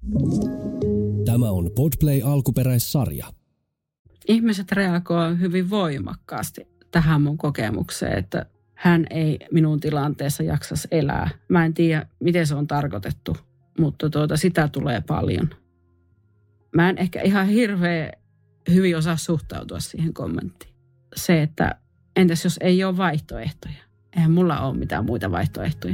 Tämä on Podplay alkuperäissarja. Ihmiset reagoivat hyvin voimakkaasti tähän mun kokemukseen, että hän ei minun tilanteessa jaksas elää. Mä en tiedä, miten se on tarkoitettu, mutta sitä tulee paljon. Mä en ehkä ihan hirveän hyvin osaa suhtautua siihen kommenttiin. Se, että entäs jos ei ole vaihtoehtoja? Eihän mulla ole mitään muita vaihtoehtoja.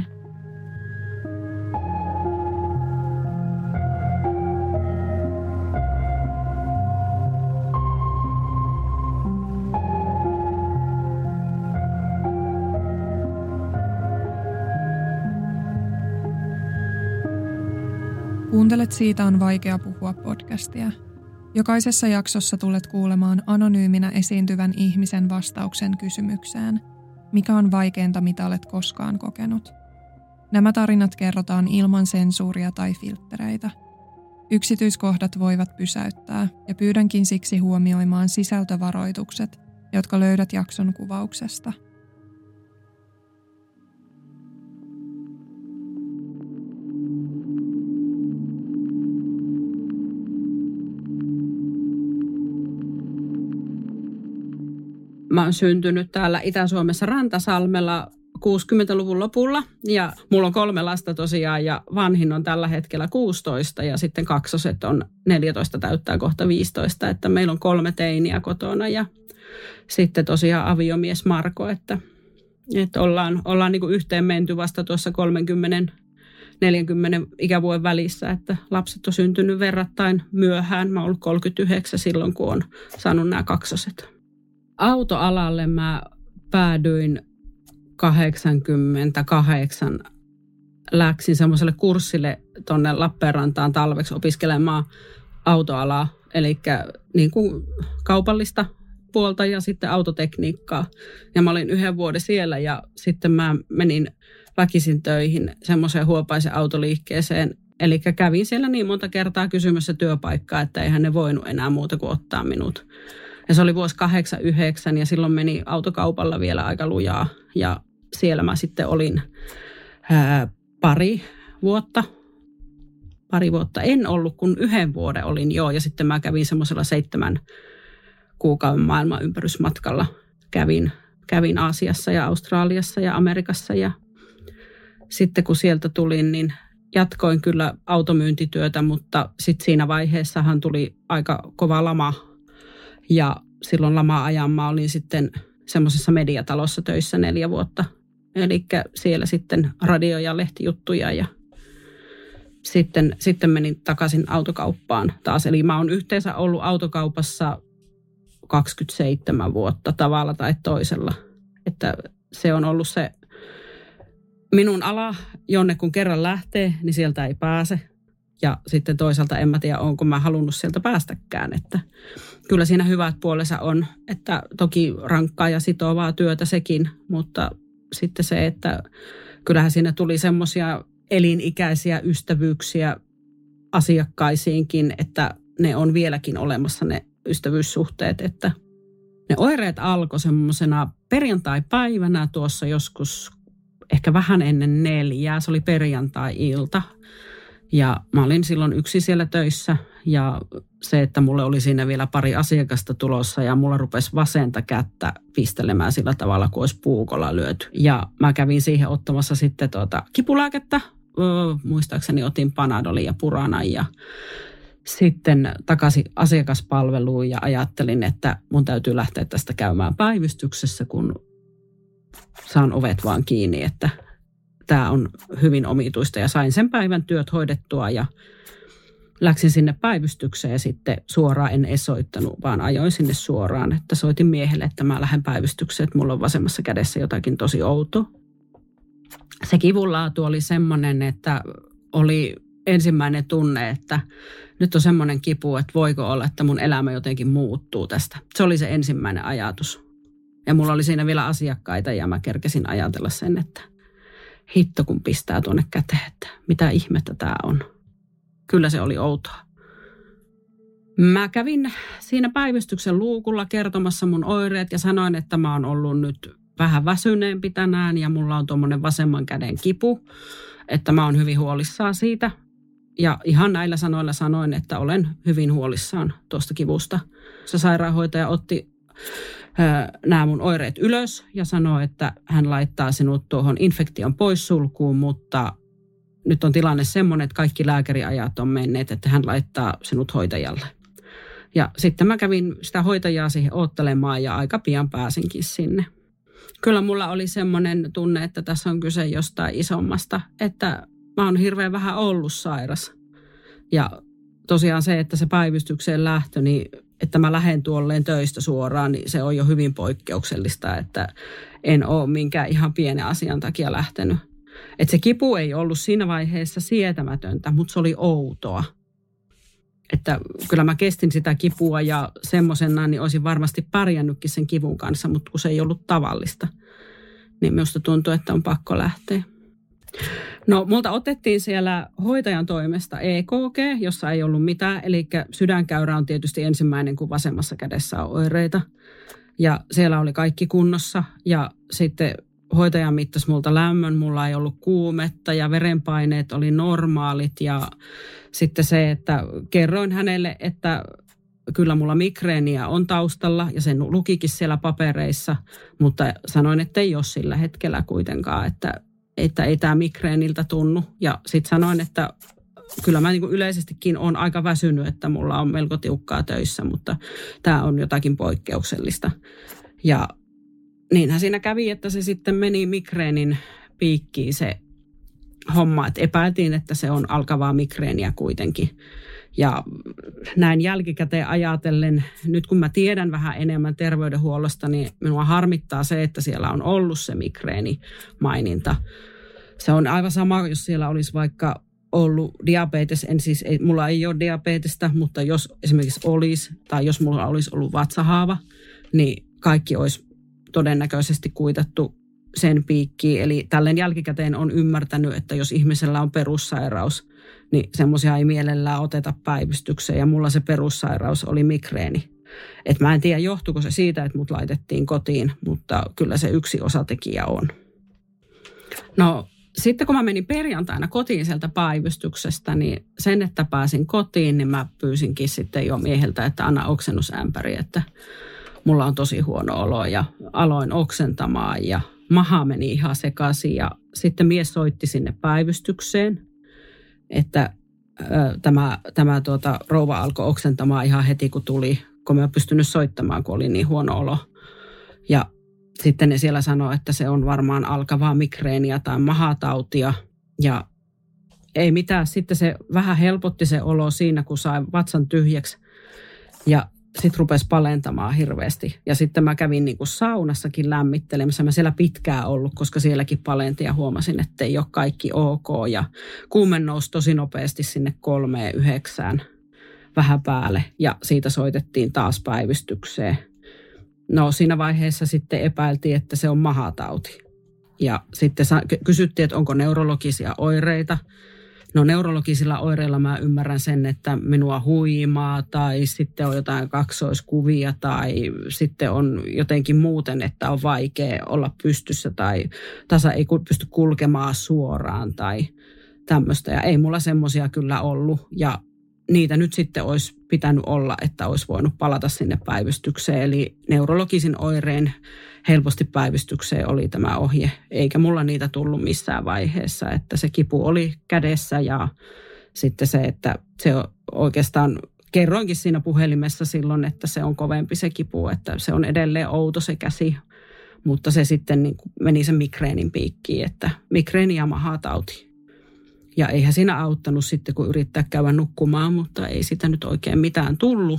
Kuuntelet Siitä on vaikea puhua -podcastia. Jokaisessa jaksossa tulet kuulemaan anonyyminä esiintyvän ihmisen vastauksen kysymykseen, mikä on vaikeinta, mitä olet koskaan kokenut. Nämä tarinat kerrotaan ilman sensuuria tai filttereitä. Yksityiskohdat voivat pysäyttää ja pyydänkin siksi huomioimaan sisältövaroitukset, jotka löydät jakson kuvauksesta. Mä oon syntynyt täällä Itä-Suomessa Rantasalmella 60-luvun lopulla ja mulla on 3 lasta tosiaan ja vanhin on tällä hetkellä 16 ja sitten kaksoset on 14 täyttää kohta 15, että meillä on 3 teiniä kotona ja sitten tosiaan aviomies Marko, että ollaan niin kuin yhteen menty vasta tuossa 30-40 ikävuoden välissä, että lapset on syntynyt verrattain myöhään. Mä oon ollut 39 silloin, kun on saanut nämä kaksoset. Autoalalle mä päädyin 88. Läksin semmoiselle kurssille tuonne Lappeenrantaan talveksi opiskelemaan autoalaa, eli niin kuin kaupallista puolta ja sitten autotekniikkaa. Ja mä olin 1 vuoden siellä ja sitten mä menin väkisin töihin semmoiseen huopaisen autoliikkeeseen. Eli kävin siellä niin monta kertaa kysymässä työpaikkaa, että eihän ne voinut enää muuta kuin ottaa minut. Ja se oli vuosi 89 ja silloin meni autokaupalla vielä aika lujaa. Ja siellä mä sitten olin pari vuotta. En ollut, kun 1 vuoden olin joo. Ja sitten mä kävin semmoisella 7 kuukauden maailman ympärysmatkalla. Kävin Aasiassa ja Australiassa ja Amerikassa. Ja sitten kun sieltä tulin, niin jatkoin kyllä automyyntityötä, mutta sitten siinä vaiheessahan tuli aika kova lama. Ja silloin lama-ajan mä olin sitten semmoisessa mediatalossa töissä 4 vuotta. Eli siellä sitten radio- ja lehtijuttuja ja sitten menin takaisin autokauppaan taas. Eli mä oon yhteensä ollut autokaupassa 27 vuotta tavalla tai toisella. Että se on ollut se minun ala, jonne kun kerran lähtee, niin sieltä ei pääse. Ja sitten toisaalta en mä tiedä, onko mä halunnut sieltä päästäkään, että kyllä siinä hyvät puolensa on, että toki rankkaa ja sitovaa työtä sekin, mutta sitten se, että kyllähän siinä tuli semmoisia elinikäisiä ystävyyksiä asiakkaisiinkin, että ne on vieläkin olemassa ne ystävyyssuhteet, että ne oireet alkoi semmoisena perjantai-päivänä tuossa joskus ehkä vähän ennen 4, se oli perjantai-ilta. Ja mä olin silloin yksin siellä töissä ja se, että mulle oli siinä vielä pari asiakasta tulossa ja mulla rupesi vasenta kättä pistelemään sillä tavalla, kun olisi puukolla lyöty. Ja mä kävin siihen ottamassa sitten kipulääkettä. Muistaakseni otin Panadolin ja Puranan ja sitten takaisin asiakaspalveluun ja ajattelin, että mun täytyy lähteä tästä käymään päivystyksessä, kun saan ovet vaan kiinni, että tämä on hyvin omituista ja sain sen päivän työt hoidettua ja läksin sinne päivystykseen ja sitten suoraan en edes soittanut, vaan ajoin sinne suoraan. Että soitin miehelle, että mä lähden päivystykseen, että mulla on vasemmassa kädessä jotakin tosi outoa. Se kivunlaatu oli semmoinen, että oli ensimmäinen tunne, että nyt on semmoinen kipu, että voiko olla, että mun elämä jotenkin muuttuu tästä. Se oli se ensimmäinen ajatus. Ja mulla oli siinä vielä asiakkaita ja mä kerkesin ajatella sen, että hitto kun pistää tuonne käteen, että mitä ihmettä tää on. Kyllä se oli outoa. Mä kävin siinä päivystyksen luukulla kertomassa mun oireet ja sanoin, että mä oon ollut nyt vähän väsyneempi tänään ja mulla on tuommoinen vasemman käden kipu, että mä oon hyvin huolissaan siitä. Ja ihan näillä sanoilla sanoin, että olen hyvin huolissaan tuosta kivusta. Se sairaanhoitaja otti nämä mun oireet ylös ja sanoi, että hän laittaa sinut tuohon infektion poissulkuun, mutta nyt on tilanne semmoinen, että kaikki lääkäriajat on menneet, että hän laittaa sinut hoitajalle. Ja sitten mä kävin sitä hoitajaa siihen oottelemaan ja aika pian pääsinkin sinne. Kyllä mulla oli semmoinen tunne, että tässä on kyse jostain isommasta, että mä oon hirveän vähän ollut sairas. Ja tosiaan se, että se päivystykseen lähtö, niin että mä lähden tuolleen töistä suoraan, niin se on jo hyvin poikkeuksellista, että en ole minkään ihan pienen asian takia lähtenyt. Että se kipu ei ollut siinä vaiheessa sietämätöntä, mutta se oli outoa. Että kyllä mä kestin sitä kipua ja semmoisena niin olisin varmasti pärjännytkin sen kivun kanssa, mutta kun se ei ollut tavallista, niin minusta tuntui, että on pakko lähteä. No, multa otettiin siellä hoitajan toimesta EKG, jossa ei ollut mitään, eli sydänkäyrä on tietysti ensimmäinen, kun vasemmassa kädessä on oireita. Ja siellä oli kaikki kunnossa ja sitten hoitaja mittasi multa lämmön, mulla ei ollut kuumetta ja verenpaineet oli normaalit ja sitten se, että kerroin hänelle, että kyllä mulla migreeniä on taustalla ja sen lukikin siellä papereissa, mutta sanoin, että ei ole sillä hetkellä kuitenkaan, että ei tämä migreeniltä tunnu. Ja sitten sanoin, että kyllä mä niin kuin yleisestikin olen aika väsynyt, että mulla on melko tiukkaa töissä, mutta tämä on jotakin poikkeuksellista. Ja niinhän siinä kävi, että se sitten meni migreenin piikkiin se homma, että epäiltiin, että se on alkavaa migreeniä kuitenkin. Ja näin jälkikäteen ajatellen, nyt kun mä tiedän vähän enemmän terveydenhuollosta, niin minua harmittaa se, että siellä on ollut se migreenimaininta. Se on aivan sama, jos siellä olisi vaikka ollut diabetes, mulla ei ole diabetesta, mutta jos esimerkiksi olisi, tai jos mulla olisi ollut vatsahaava, niin kaikki olisi todennäköisesti kuitattu sen piikkiin. Eli tälleen jälkikäteen on ymmärtänyt, että jos ihmisellä on perussairaus, niin semmoisia ei mielellään oteta päivystykseen. Ja mulla se perussairaus oli migreeni. Et mä en tiedä, johtuiko se siitä, että mut laitettiin kotiin, mutta kyllä se yksi osatekijä on. No sitten kun mä menin perjantaina kotiin sieltä päivystyksestä, niin sen, että pääsin kotiin, niin mä pyysinkin sitten jo mieheltä, että anna oksennusämpäri, että mulla on tosi huono olo ja aloin oksentamaan ja maha meni ihan sekaisin ja sitten mies soitti sinne päivystykseen, että tämä rouva alkoi oksentamaan ihan heti kun tuli, kun mä en pystynyt soittamaan, kun oli niin huono olo. Ja sitten ne siellä sanoi, että se on varmaan alkavaa migreeniä tai mahatautia ja ei mitään. Sitten se vähän helpotti se olo siinä, kun sai vatsan tyhjäksi ja sitten rupesi palentamaan hirveästi. Ja sitten mä kävin niin kuin saunassakin lämmittelemässä. Mä siellä pitkään ollut, koska sielläkin palenti ja huomasin, että ei ole kaikki ok. Ja kuume nousi tosi nopeasti sinne 3-9 vähän päälle. Ja siitä soitettiin taas päivystykseen. No siinä vaiheessa sitten epäiltiin, että se on mahatauti. Ja sitten kysyttiin, että onko neurologisia oireita. No neurologisilla oireilla mä ymmärrän sen, että minua huimaa tai sitten on jotain kaksoiskuvia tai sitten on jotenkin muuten, että on vaikea olla pystyssä tai tasa ei pysty kulkemaan suoraan tai tämmöistä. Ja ei mulla semmoisia kyllä ollut ja niitä nyt sitten olisi pitänyt olla, että olisi voinut palata sinne päivystykseen. Eli neurologisin oireen helposti päivystykseen oli tämä ohje, eikä mulla niitä tullut missään vaiheessa, että se kipu oli kädessä ja sitten se, että se oikeastaan kerroinkin siinä puhelimessa silloin, että se on kovempi se kipu, että se on edelleen outo se käsi, mutta se sitten niin kuin meni sen migreenin piikkiin, että migreeni ja mahatauti. Ja eihän siinä auttanut sitten, kun yrittää käydä nukkumaan, mutta ei sitä nyt oikein mitään tullut,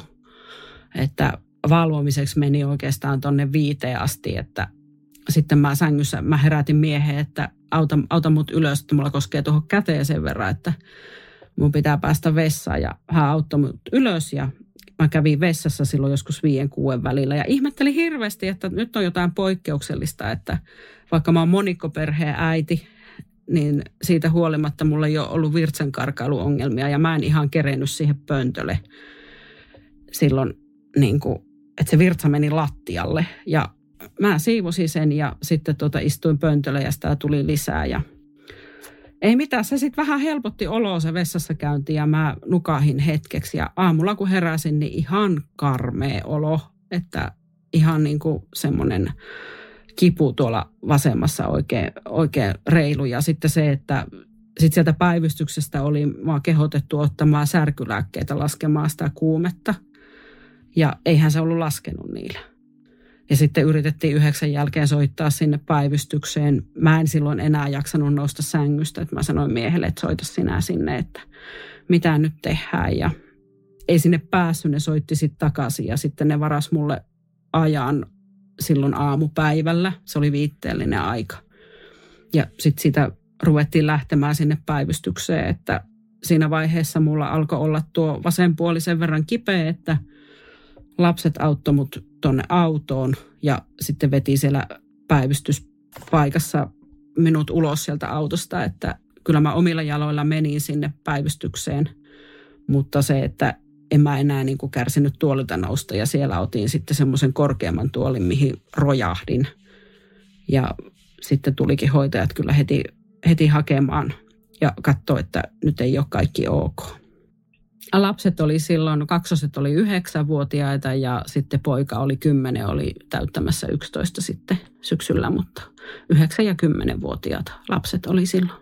että valvomiseksi meni oikeastaan tonne 5 asti, että sitten mä sängyssä, mä herätin miehen, että auta mut ylös, että mulla koskee tuohon käteen sen verran, että mun pitää päästä vessaan ja hän auttoi mut ylös ja mä kävin vessassa silloin joskus 5-6 välillä ja ihmettelin hirveästi, että nyt on jotain poikkeuksellista, että vaikka mä oon monikkoperheen äiti, niin siitä huolimatta mulla ei ole ollut virtsankarkailuongelmia ja mä en ihan kerennyt siihen pöntölle silloin, niin kuin, että se virtsa meni lattialle ja mä siivosin sen ja sitten istuin pöntölle ja sitä tuli lisää ja Ei mitään, se sitten vähän helpotti oloa se vessassa käynti ja mä nukahin hetkeksi. Ja aamulla kun heräsin, niin ihan karmea olo, että ihan niin kuin semmoinen kipu tuolla vasemmassa oikein reilu. Ja sitten se, että sitten sieltä päivystyksestä oli mua kehotettu ottamaan särkylääkkeitä laskemaan sitä kuumetta. Ja eihän se ollut laskenut niillä. Ja sitten yritettiin 9 jälkeen soittaa sinne päivystykseen. Mä en silloin enää jaksanut nousta sängystä. Että mä sanoin miehelle, että soita sinä sinne, että mitä nyt tehdään. Ja ei sinne päässyt, ne soitti sitten takaisin. Ja sitten ne varas mulle ajan silloin aamupäivällä. Se oli viitteellinen aika. Ja sitten sitä ruvettiin lähtemään sinne päivystykseen, että siinä vaiheessa mulla alkoi olla tuo vasen puoli sen verran kipeä, että lapset auttoi mut tuonne autoon ja sitten veti siellä päivystyspaikassa minut ulos sieltä autosta, että kyllä mä omilla jaloilla menin sinne päivystykseen, mutta se, että en mä enää niin kuin kärsinyt tuolilta nousta ja siellä otin sitten semmoisen korkeamman tuolin, mihin rojahdin ja sitten tulikin hoitajat kyllä heti hakemaan ja katsoi, että nyt ei ole kaikki ok. Lapset oli silloin, kaksoset oli 9-vuotiaita ja sitten poika oli 10, oli täyttämässä 11 sitten syksyllä, mutta 9- ja 10-vuotiaat lapset oli silloin.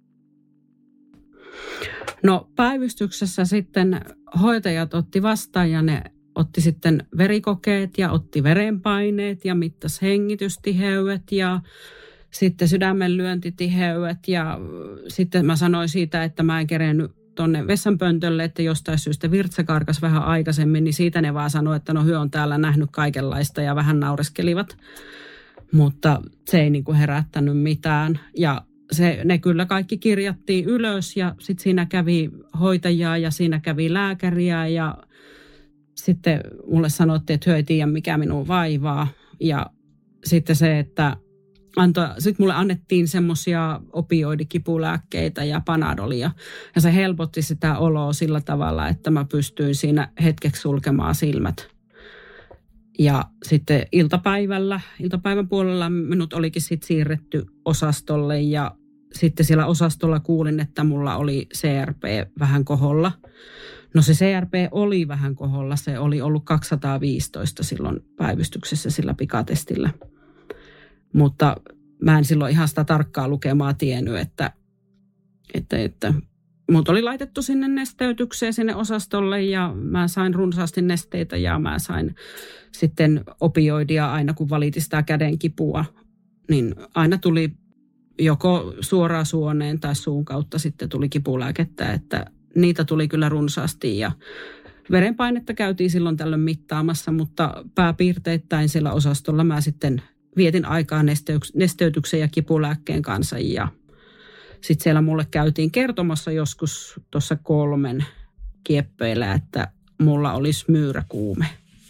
No päivystyksessä sitten hoitajat otti vastaan ja ne otti sitten verikokeet ja otti verenpaineet ja mittasi hengitystiheydet ja sitten sydämenlyöntitiheydet ja sitten mä sanoin siitä, että mä en kerennyt tuonne vessanpöntölle, että jostain syystä virtsa karkas vähän aikaisemmin, niin siitä ne vaan sanoi, että no hyö on täällä nähnyt kaikenlaista ja vähän naureskelivat. Mutta se ei niinku herättänyt mitään ja ne kyllä kaikki kirjattiin ylös ja sitten siinä kävi hoitajaa ja siinä kävi lääkäriä ja sitten mulle sanottiin, että hyö ei tiedä mikä minua vaivaa ja sitten se, että sitten mulle annettiin semmoisia opioidikipulääkkeitä ja panadolia. Ja se helpotti sitä oloa sillä tavalla, että mä pystyin siinä hetkeksi sulkemaan silmät. Ja sitten iltapäivän puolella minut olikin sitten siirretty osastolle. Ja sitten siellä osastolla kuulin, että mulla oli CRP vähän koholla. No se CRP oli vähän koholla. Se oli ollut 215 silloin päivystyksessä sillä pikatestillä. Mutta mä en silloin ihan sitä tarkkaa lukemaa tiennyt, että mut oli laitettu sinne nesteytykseen sinne osastolle ja mä sain runsaasti nesteitä ja mä sain sitten opioidia aina kun valitin sitä käden kipua. Niin aina tuli joko suoraan suoneen tai suun kautta sitten tuli kipulääkettä, että niitä tuli kyllä runsaasti ja verenpainetta käytiin silloin tällöin mittaamassa, mutta pääpiirteittäin siellä osastolla mä sitten vietin aikaa nesteytyksen ja kipulääkkeen kanssa ja sitten siellä mulle käytiin kertomassa joskus tuossa 3 kieppeillä, että mulla olisi myyräkuume.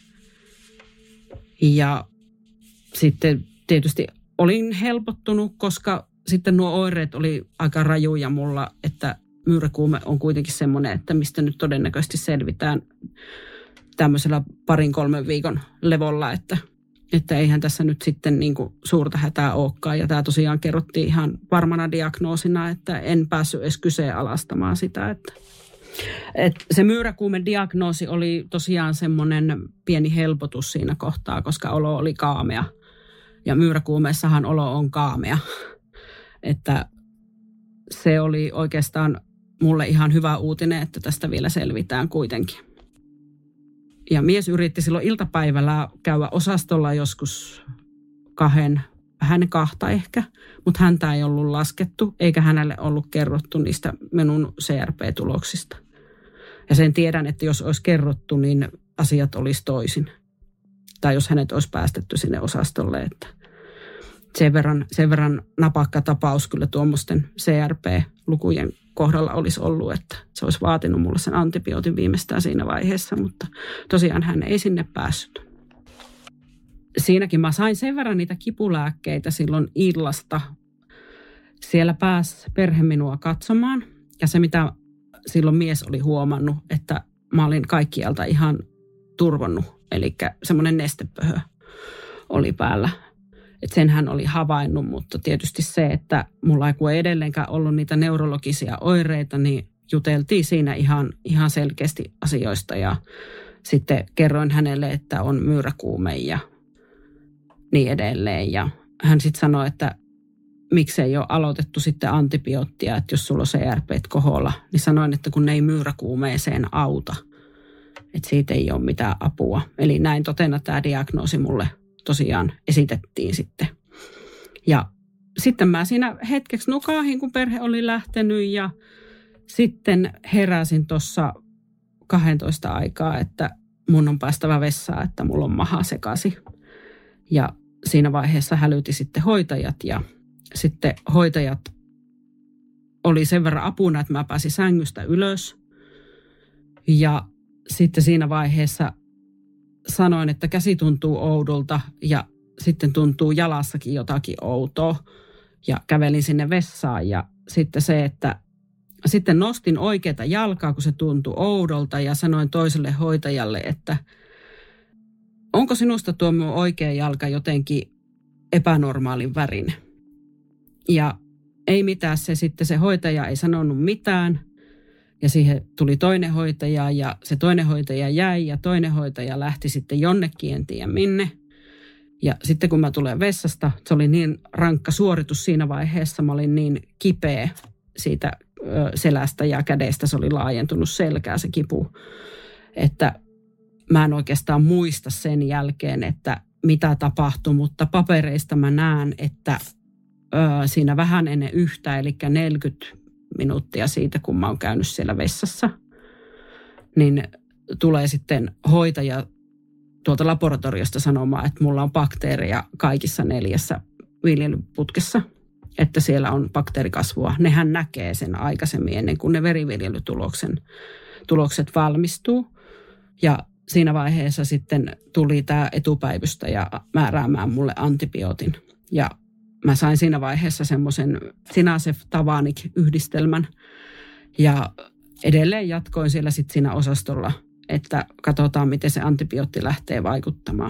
Ja sitten tietysti olin helpottunut, koska sitten nuo oireet oli aika rajuja mulla, että myyräkuume on kuitenkin semmoinen, että mistä nyt todennäköisesti selvitään tämmöisellä 2-3 viikon levolla, että eihän tässä nyt sitten niin kuin suurta hätää olekaan. Ja tämä tosiaan kerrottiin ihan varmana diagnoosina, että en päässyt edes kyseenalaistamaan sitä. Että se myyräkuumen diagnoosi oli tosiaan semmoinen pieni helpotus siinä kohtaa, koska olo oli kaamea. Ja myyräkuumeessahan olo on kaamea. Että se oli oikeastaan mulle ihan hyvä uutinen, että tästä vielä selvitään kuitenkin. Ja mies yritti silloin iltapäivällä käydä osastolla joskus 2 ehkä, mutta häntä ei ollut laskettu, eikä hänelle ollut kerrottu niistä minun CRP-tuloksista. Ja sen tiedän, että jos olisi kerrottu, niin asiat olisi toisin. Tai jos hänet olisi päästetty sinne osastolle, että sen verran napakka tapaus kyllä tuommoisten CRP-lukujen kohdalla olisi ollut, että se olisi vaatinut mulle sen antibiootin viimeistään siinä vaiheessa, mutta tosiaan hän ei sinne päässyt. Siinäkin mä sain sen verran niitä kipulääkkeitä silloin illasta. Siellä pääsi perhe minua katsomaan ja se mitä silloin mies oli huomannut, että mä olin kaikkialta ihan turvonnut, eli semmoinen nestepöhö oli päällä. Että sen hän oli havainnut, mutta tietysti se, että mulla ei edelleenkään ollut niitä neurologisia oireita, niin juteltiin siinä ihan selkeästi asioista ja sitten kerroin hänelle, että on myyräkuume ja niin edelleen. Ja hän sitten sanoi, että miksei ole aloitettu sitten antibioottia, että jos sulla on CRP:t koholla, niin sanoin, että kun ne ei myyräkuumeeseen auta, että siitä ei ole mitään apua. Eli näin totena tämä diagnoosi mulle tosiaan esitettiin sitten. Ja sitten mä siinä hetkeksi nukahin, kun perhe oli lähtenyt ja sitten heräsin tuossa 12 aikaa, että mun on päästävä vessaan, että mulla on maha sekasi. Ja siinä vaiheessa hälyti sitten hoitajat ja sitten hoitajat oli sen verran apuna, että mä pääsin sängystä ylös. Ja sitten siinä vaiheessa sanoin, että käsi tuntuu oudolta ja sitten tuntuu jalassakin jotakin outoa. Ja kävelin sinne vessaan ja sitten se, että sitten nostin oikeata jalkaa, kun se tuntui oudolta ja sanoin toiselle hoitajalle, että onko sinusta tuo minun oikea jalka jotenkin epänormaalin värinen? Ja ei mitään, se hoitaja ei sanonut mitään ja siihen tuli toinen hoitaja ja se toinen hoitaja jäi ja toinen hoitaja lähti sitten jonnekin, en tiedä minne. Ja sitten kun mä tulen vessasta, se oli niin rankka suoritus siinä vaiheessa, mä olin niin kipeä siitä selästä ja kädestä, se oli laajentunut selkää se kipu, että mä en oikeastaan muista sen jälkeen, että mitä tapahtui, mutta papereista mä näen, että siinä vähän ennen yhtä, eli 40 minuuttia siitä, kun mä oon käynyt siellä vessassa, niin tulee sitten hoitaja tuolta laboratoriosta sanomaan, että mulla on bakteereja kaikissa 4 viljelyputkessa, että siellä on bakteerikasvua. Nehän näkee sen aikaisemmin ennen kuin ne veriviljelytulokset valmistuu. Ja siinä vaiheessa sitten tuli tämä etupäivystäjä määräämään mulle antibiootin. Ja mä sain siinä vaiheessa semmoisen Sinasef-Tavanik-yhdistelmän. Ja edelleen jatkoin siellä sitten siinä osastolla, että katsotaan, miten se antibiootti lähtee vaikuttamaan.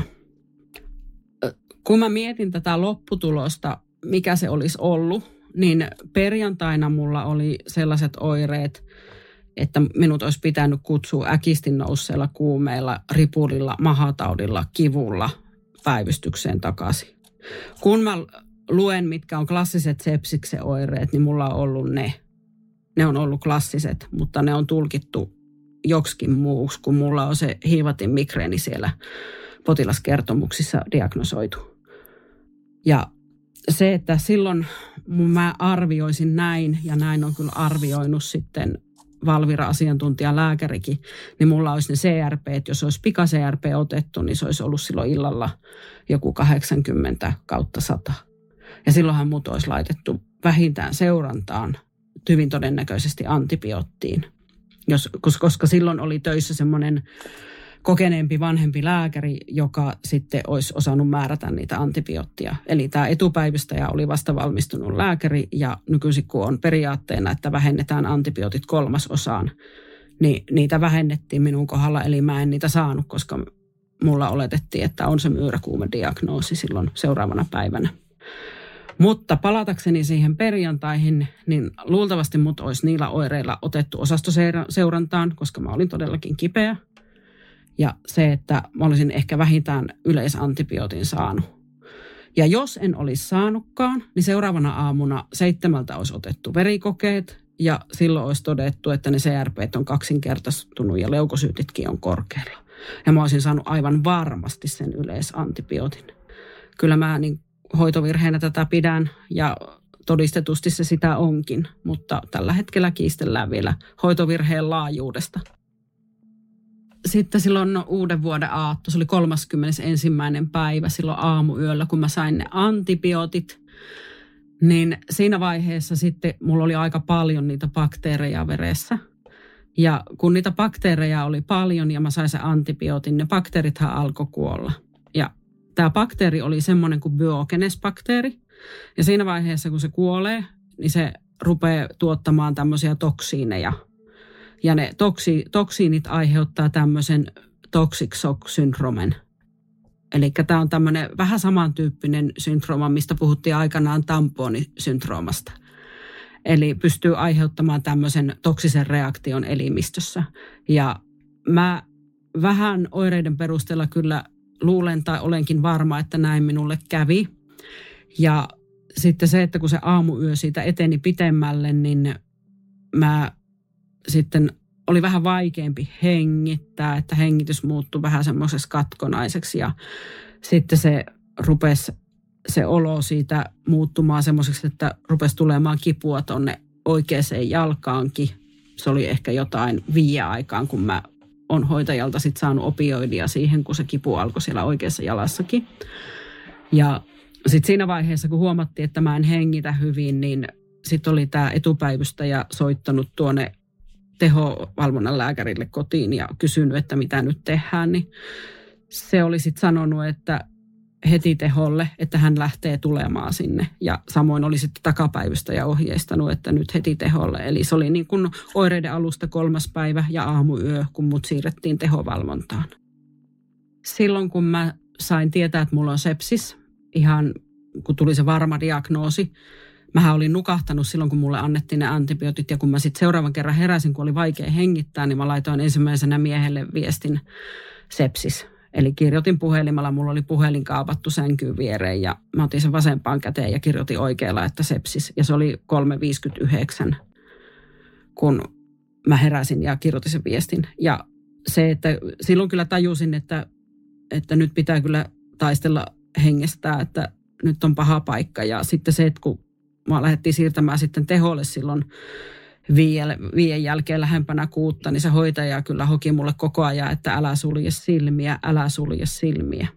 Kun mä mietin tätä lopputulosta, mikä se olisi ollut, niin perjantaina mulla oli sellaiset oireet, että minut olisi pitänyt kutsua äkisti nousseella kuumeella, ripulilla, mahataudilla, kivulla päivystykseen takaisin. Kun mä luen, mitkä on klassiset sepsiksen oireet, niin mulla on ollut ne. Ne on ollut klassiset, mutta ne on tulkittu joksikin muuksi, kun mulla on se hiivatin migreeni siellä potilaskertomuksissa diagnosoitu. Ja se, että silloin mä arvioisin näin, ja näin on kyllä arvioinut sitten Valvira-asiantuntijalääkärikin, niin mulla olisi ne CRP, jos olisi pika-CRP otettu, niin se olisi ollut silloin illalla joku 80/100. Ja silloinhan mut olisi laitettu vähintään seurantaan, hyvin todennäköisesti antibioottiin. Koska silloin oli töissä semmoinen kokeneempi vanhempi lääkäri, joka sitten olisi osannut määrätä niitä antibioottia. Eli tämä etupäivystäjä oli vasta valmistunut lääkäri ja nykyisin kun on periaatteena, että vähennetään antibiootit 3/3, niin niitä vähennettiin minun kohdalla, eli mä en niitä saanut, koska mulla oletettiin, että on se myyräkuumediagnoosi silloin seuraavana päivänä. Mutta palatakseni siihen perjantaihin, niin luultavasti mut olisi niillä oireilla otettu osastoseurantaan, koska mä olin todellakin kipeä. Ja se, että mä olisin ehkä vähintään yleisantibiootin saanut. Ja jos en olisi saanutkaan, niin seuraavana aamuna 7 olisi otettu verikokeet. Ja silloin olisi todettu, että ne CRP:t on kaksinkertaistunut ja leukosyytitkin on korkealla. Ja mä olisin saanut aivan varmasti sen yleisantibiootin. Kyllä mä niin hoitovirheenä tätä pidän ja todistetusti se sitä onkin. Mutta tällä hetkellä kiistellään vielä hoitovirheen laajuudesta. Sitten silloin uuden vuoden aatto, se oli 31. päivä silloin aamuyöllä, kun mä sain ne antibiootit, niin siinä vaiheessa sitten mulla oli aika paljon niitä bakteereja veressä. Ja kun niitä bakteereja oli paljon ja mä sain sen antibiootin, ne bakteerithan alkoi kuolla. Ja tämä bakteeri oli semmoinen kuin Biogenes-bakteeri. Ja siinä vaiheessa, kun se kuolee, niin se rupeaa tuottamaan tämmöisiä toksiineja. Ja ne toksiinit aiheuttaa tämmöisen toxic shock syndromen. Eli tämä on tämmöinen vähän samantyyppinen syndrooma, mistä puhuttiin aikanaan tamponisyndroomasta. Eli pystyy aiheuttamaan tämmöisen toksisen reaktion elimistössä. Ja mä vähän oireiden perusteella kyllä luulen tai olenkin varma, että näin minulle kävi. Ja sitten se, että kun se aamuyö siitä eteni pitemmälle, niin mä sitten oli vähän vaikeampi hengittää, että hengitys muuttui vähän semmoisessa katkonaiseksi ja sitten se rupesi se olo siitä muuttumaan semmoiseksi, että rupesi tulemaan kipua tonne oikeaan jalkaankin. Se oli ehkä jotain 5 aikaan, kun mä oon hoitajalta sitten saanut opioidia siihen, kun se kipu alkoi siellä oikeassa jalassakin. Ja sitten siinä vaiheessa, kun huomattiin, että mä en hengitä hyvin, niin sitten oli tämä etupäivystäjä soittanut tuonne tehovalvonnan lääkärille kotiin ja kysynyt, että mitä nyt tehdään, niin se oli sitten sanonut, että heti teholle, että hän lähtee tulemaan sinne. Ja samoin oli sitten takapäivystäjä ohjeistanut, että nyt heti teholle. Eli se oli niin kuin oireiden alusta 3. päivä ja aamuyö, kun mut siirrettiin tehovalvontaan. Silloin kun mä sain tietää, että mulla on sepsis, ihan kun tuli se varma diagnoosi, mähän olin nukahtanut silloin, kun mulle annettiin ne antibiootit. Ja kun mä sitten seuraavan kerran heräsin, kun oli vaikea hengittää, niin mä laitoin ensimmäisenä miehelle viestin sepsis. Eli kirjoitin puhelimella, mulla oli puhelin kaapattu sänkyyn viereen ja mä otin sen vasempaan käteen ja kirjoitin oikealla, että sepsis. Ja se oli 3.59, kun mä heräsin ja kirjoitin sen viestin. Ja se, että silloin kyllä tajusin, että nyt pitää kyllä taistella hengestää, että nyt on paha paikka. Ja sitten se, että kun mä lähdettiin siirtämään sitten teholle silloin 5 jälkeen lähempänä 6, niin se hoitaja kyllä hoki mulle koko ajan, että älä sulje silmiä, älä sulje silmiä.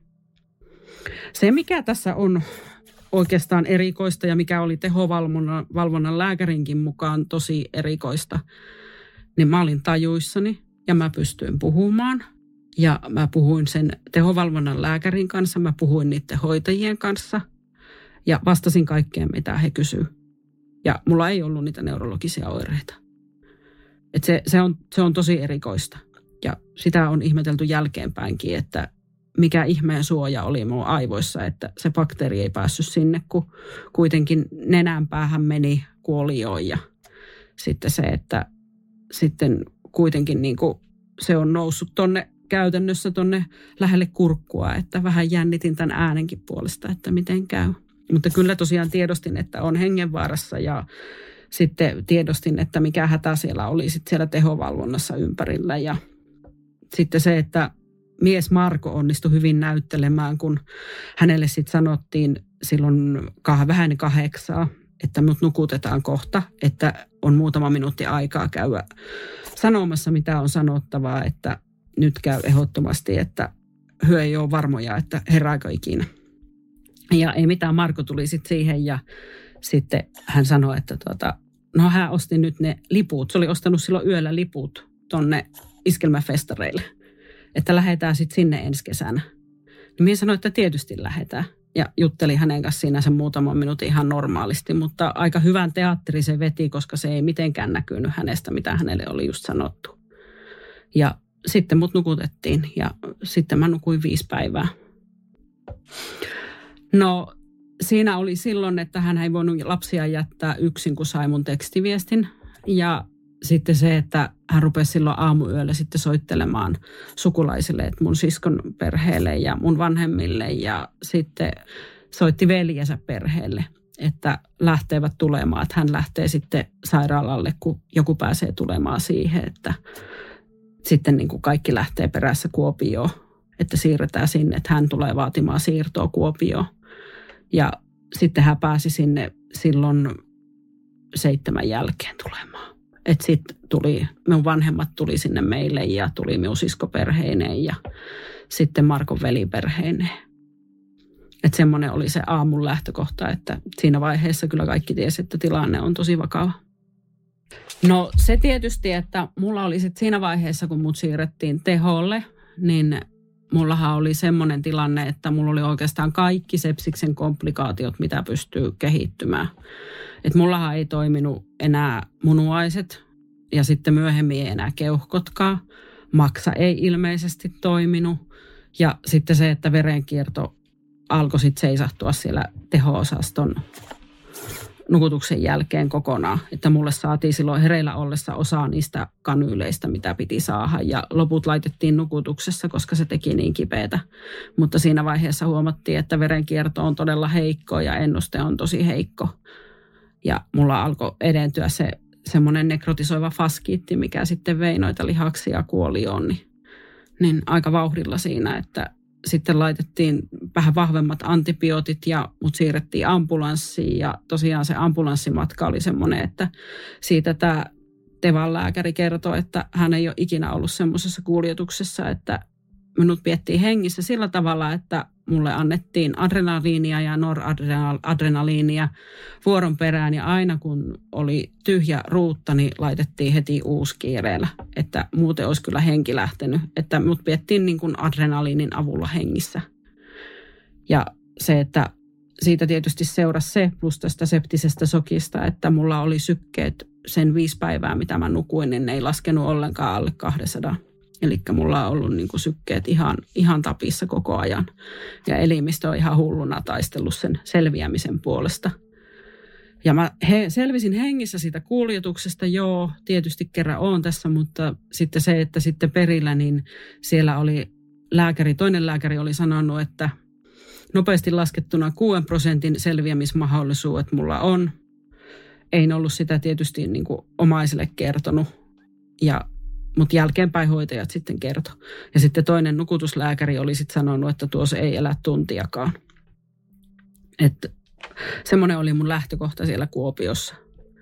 Se, mikä tässä on oikeastaan erikoista ja mikä oli tehovalvonnan lääkärinkin mukaan tosi erikoista, niin mä olin tajuissani ja mä pystyin puhumaan. Ja mä puhuin sen tehovalvonnan lääkärin kanssa, mä puhuin niiden hoitajien kanssa ja vastasin kaikkeen, mitä he kysyivät. Ja mulla ei ollut niitä neurologisia oireita. Et se on tosi erikoista. Ja sitä on ihmetelty jälkeenpäinkin, että mikä ihmeen suoja oli mun aivoissa, että se bakteeri ei päässyt sinne, kun kuitenkin nenänpäähän meni kuolioon. Ja sitten se, että sitten kuitenkin niin kuin se on noussut käytännössä tonne lähelle kurkkua, että vähän jännitin tämän äänenkin puolesta, että miten käy. Mutta kyllä tosiaan tiedostin, että on hengenvaarassa ja sitten tiedostin, että mikä hätä siellä oli sitten siellä tehovalvonnassa ympärillä. Ja sitten se, että mies Marko onnistui hyvin näyttelemään, kun hänelle sitten sanottiin silloin vähän 8, että mut nukutetaan kohta, että on muutama minuutti aikaa käydä sanomassa, mitä on sanottavaa, että nyt käy ehdottomasti, että hyö ei ole varmoja, että herääkö ikinä. Ja ei mitään, Marko tuli sitten siihen ja sitten hän sanoi, että no hän osti nyt ne liput. Se oli ostanut silloin yöllä liput tonne iskelmäfestareille, että lähdetään sitten sinne ensi kesänä. Niin minä sanoin, että tietysti lähdetään. Ja juttelin hänen kanssa siinä sen muutaman minuutin ihan normaalisti, mutta aika hyvän teatteri se veti, koska se ei mitenkään näkynyt hänestä, mitä hänelle oli just sanottu. Ja sitten mut nukutettiin ja sitten mä nukuin 5 päivää. No siinä oli silloin, että hän ei voinut lapsia jättää yksin, kun sai mun tekstiviestin. Ja sitten se, että hän rupesi silloin aamuyöllä sitten soittelemaan sukulaisille, että mun siskon perheelle ja mun vanhemmille. Ja sitten soitti veljensä perheelle, että lähtevät tulemaan, että hän lähtee sitten sairaalalle, kun joku pääsee tulemaan siihen, että sitten niin kuin kaikki lähtee perässä Kuopioon, että siirretään sinne, että hän tulee vaatimaan siirtoa Kuopioon. Ja sitten hän pääsi sinne silloin 7 jälkeen tulemaan. Että sitten minun vanhemmat tuli sinne meille ja tuli minun siskoperheineen ja sitten Markon veliperheineen. Että semmoinen oli se aamun lähtökohta, että siinä vaiheessa kyllä kaikki tiesi, että tilanne on tosi vakava. No se tietysti, että mulla oli sitten siinä vaiheessa, kun mut siirrettiin teholle, niin mullahan oli semmoinen tilanne, että mulla oli oikeastaan kaikki sepsiksen komplikaatiot, mitä pystyy kehittymään. Että mullahan ei toiminut enää munuaiset ja sitten myöhemmin ei enää keuhkotkaan. Maksa ei ilmeisesti toiminut Ja sitten se, että verenkierto alkoi sitten seisahtua siellä teho-osaston nukutuksen jälkeen kokonaan. Että mulle saatiin silloin hereillä ollessa osa niistä kanyyleistä, mitä piti saada. Ja loput laitettiin nukutuksessa, koska se teki niin kipeätä. Mutta siinä vaiheessa huomattiin, että verenkierto on todella heikko ja ennuste on tosi heikko. Ja mulla alkoi edentyä se semmoinen nekrotisoiva faskiitti, mikä sitten vei noita lihaksia ja kuoli niin aika vauhdilla siinä, että sitten laitettiin vähän vahvemmat antibiootit ja mut siirrettiin ambulanssiin. Ja tosiaan se ambulanssimatka oli semmoinen, että siitä tämä Tevan lääkäri kertoi, että hän ei ole ikinä ollut semmoisessa kuljetuksessa, että minut piettiin hengissä sillä tavalla, että mulle annettiin adrenaliinia ja noradrenaliinia vuoron perään. Ja aina kun oli tyhjä ruutta, niin laitettiin heti uusi kiireellä, että muuten olisi kyllä henki lähtenyt. Että mut piettiin niin kuin adrenaliinin avulla hengissä. Ja se, että siitä tietysti seurasi se plus tästä septisestä shokista, että mulla oli sykkeet sen 5 päivää, mitä mä nukuin, niin ne ei laskenut ollenkaan alle 200. Eli mulla on ollut niin kuin sykkeet ihan tapissa koko ajan. Ja elimistö on ihan hulluna taistellut sen selviämisen puolesta. Ja mä selvisin hengissä siitä kuljetuksesta, joo, tietysti kerran oon tässä, mutta sitten se, että sitten perillä, niin siellä oli toinen lääkäri oli sanonut, että nopeasti laskettuna 6% selviämismahdollisuudet mulla on. Ei ollut sitä tietysti niin kuin omaiselle kertonut, mutta jälkeenpäin hoitajat sitten kertoi. Ja sitten toinen nukutuslääkäri oli sitten sanonut, että tuossa ei elä tuntiakaan. Että semmoinen oli mun lähtökohta siellä Kuopiossa.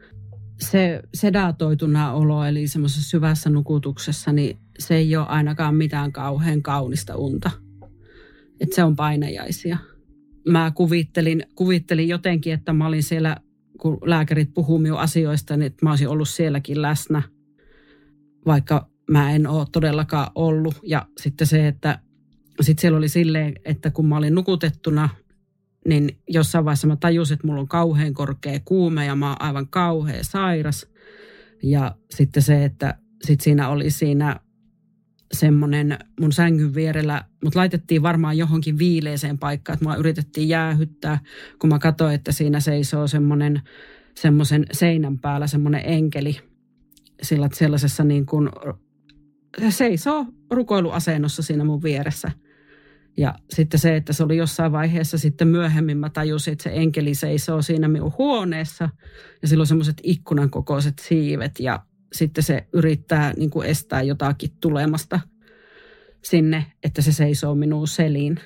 Se sedatoituna olo, eli semmoisessa syvässä nukutuksessa, niin se ei ole ainakaan mitään kauhean kaunista unta. Että se on painajaisia. Mä kuvittelin jotenkin, että mä olin siellä, kun lääkärit puhuu minun asioista, niin että mä olisin ollut sielläkin läsnä. Vaikka mä en ole todellakaan ollut. Ja sitten se, että sitten siellä oli silleen, että kun mä olin nukutettuna, niin jossain vaiheessa mä tajusin, että mulla on kauhean korkea kuume ja mä oon aivan kauhean sairas. Ja sitten se, että sitten siinä oli semmoinen mun sängyn vierellä, mut laitettiin varmaan johonkin viileeseen paikkaan, että mua yritettiin jäähyttää, kun mä katsoin, että siinä seisoo semmoisen seinän päällä semmoinen enkeli. Sillä sellaisessa niin kuin, se seisoo rukoiluasennossa siinä mun vieressä. Ja sitten se, että se oli jossain vaiheessa sitten myöhemmin mä tajusin, että se enkeli seisoo siinä minun huoneessa. Ja sillä on semmoiset ikkunan kokoiset siivet ja sitten se yrittää niin kuin estää jotakin tulemasta sinne, että se seisoo minun seliin.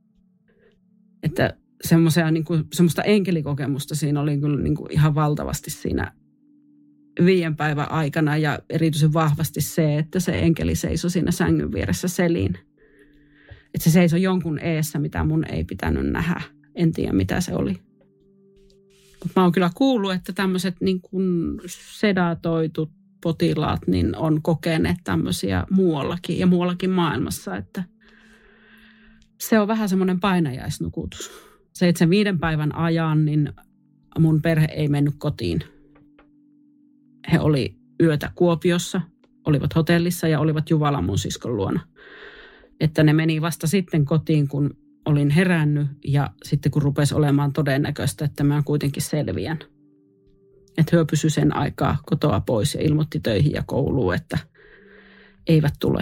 Että semmoista enkelikokemusta siinä oli kyllä niin kuin ihan valtavasti siinä 5 päivän aikana ja erityisen vahvasti se, että se enkeli seisoi siinä sängyn vieressä seliin. Että se seisoi jonkun eessä, mitä mun ei pitänyt nähdä. En tiedä, mitä se oli. Mutta mä oon kyllä kuullut, että tämmöiset niin kuin sedatoitut potilaat niin on kokeneet tämmöisiä muuallakin ja muuallakin maailmassa. Että se on vähän semmoinen painajaisnukutus. Se, että sen 5 päivän ajan, niin mun perhe ei mennyt kotiin. He oli yötä Kuopiossa, olivat hotellissa ja olivat Juvalan mun siskon luona. Että ne meni vasta sitten kotiin, kun olin herännyt ja sitten kun rupesi olemaan todennäköistä, että mä kuitenkin selviän. Että he pysyi sen aikaa kotoa pois ja ilmoitti töihin ja kouluun, että eivät tule.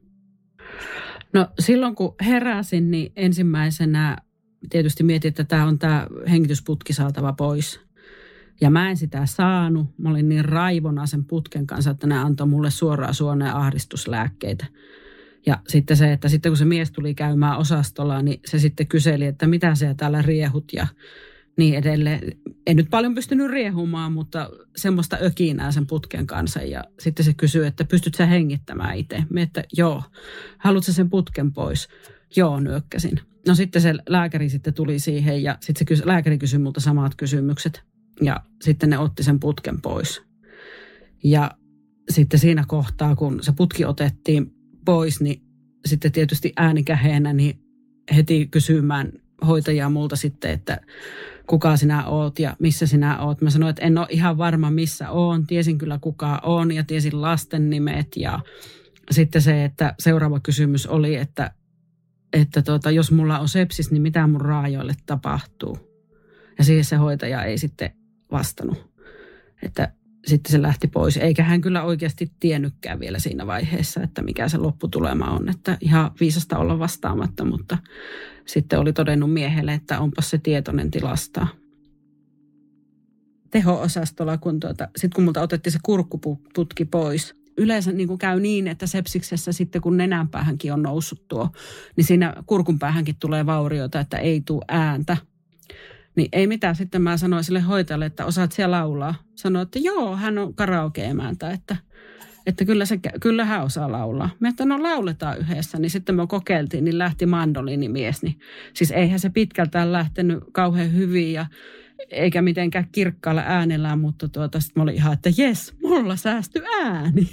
No silloin kun heräsin, niin ensimmäisenä tietysti mietin, että tämä on tämä hengitysputki saatava pois. Ja mä en sitä saanut. Mä olin niin raivona sen putken kanssa, että ne antoi mulle suoraan suoneen ahdistuslääkkeitä. Ja sitten se, että sitten kun se mies tuli käymään osastolla, niin se sitten kyseli, että mitä sä täällä riehut ja niin edelleen. En nyt paljon pystynyt riehumaan, mutta semmoista ökinää sen putken kanssa. Ja sitten se kysyi, että pystyt sä hengittämään itse? Mie, että joo. Haluatko sen putken pois? Joo, nyökkäsin. No sitten se lääkäri sitten tuli siihen ja sitten se lääkäri kysyi multa samat kysymykset. Ja sitten ne otti sen putken pois. Ja sitten siinä kohtaa, kun se putki otettiin pois, niin sitten tietysti äänikäheenä niin heti kysymään hoitajaa multa sitten, että kuka sinä oot ja missä sinä oot. Mä sanoin, että en ole ihan varma missä oon. Tiesin kyllä kuka on ja tiesin lasten nimet. Ja sitten se, että seuraava kysymys oli, että että jos mulla on sepsis, niin mitä mun raajoille tapahtuu. Ja siihen se hoitaja ei sitten vastannut, että sitten se lähti pois. Eikä hän kyllä oikeasti tiennytkään vielä siinä vaiheessa, että mikä se lopputulema on. Että ihan viisasta olla vastaamatta, mutta sitten oli todennut miehelle, että onpas se tietoinen tilastaa. Teho-osastolla, sitten kun multa otettiin se kurkkuputki pois, yleensä niin kuin käy niin, että sepsiksessä sitten kun nenänpäähänkin on noussut niin siinä kurkunpäähänkin tulee vaurioita, että ei tule ääntä. Niin ei mitään. Sitten mä sanoin sille hoitajalle, että osaat siellä laulaa. Sanoin, että joo, hän on karaoke-emäntä, että kyllä hän osaa laulaa. Me että no lauletaan yhdessä, niin sitten me kokeiltiin, niin lähti mandoliinimies. Niin, siis eihän se pitkältään lähtenyt kauhean hyvin ja eikä mitenkään kirkkaalla äänellä, mutta sitten mä olin ihan, että jes, mulla säästyi ääni.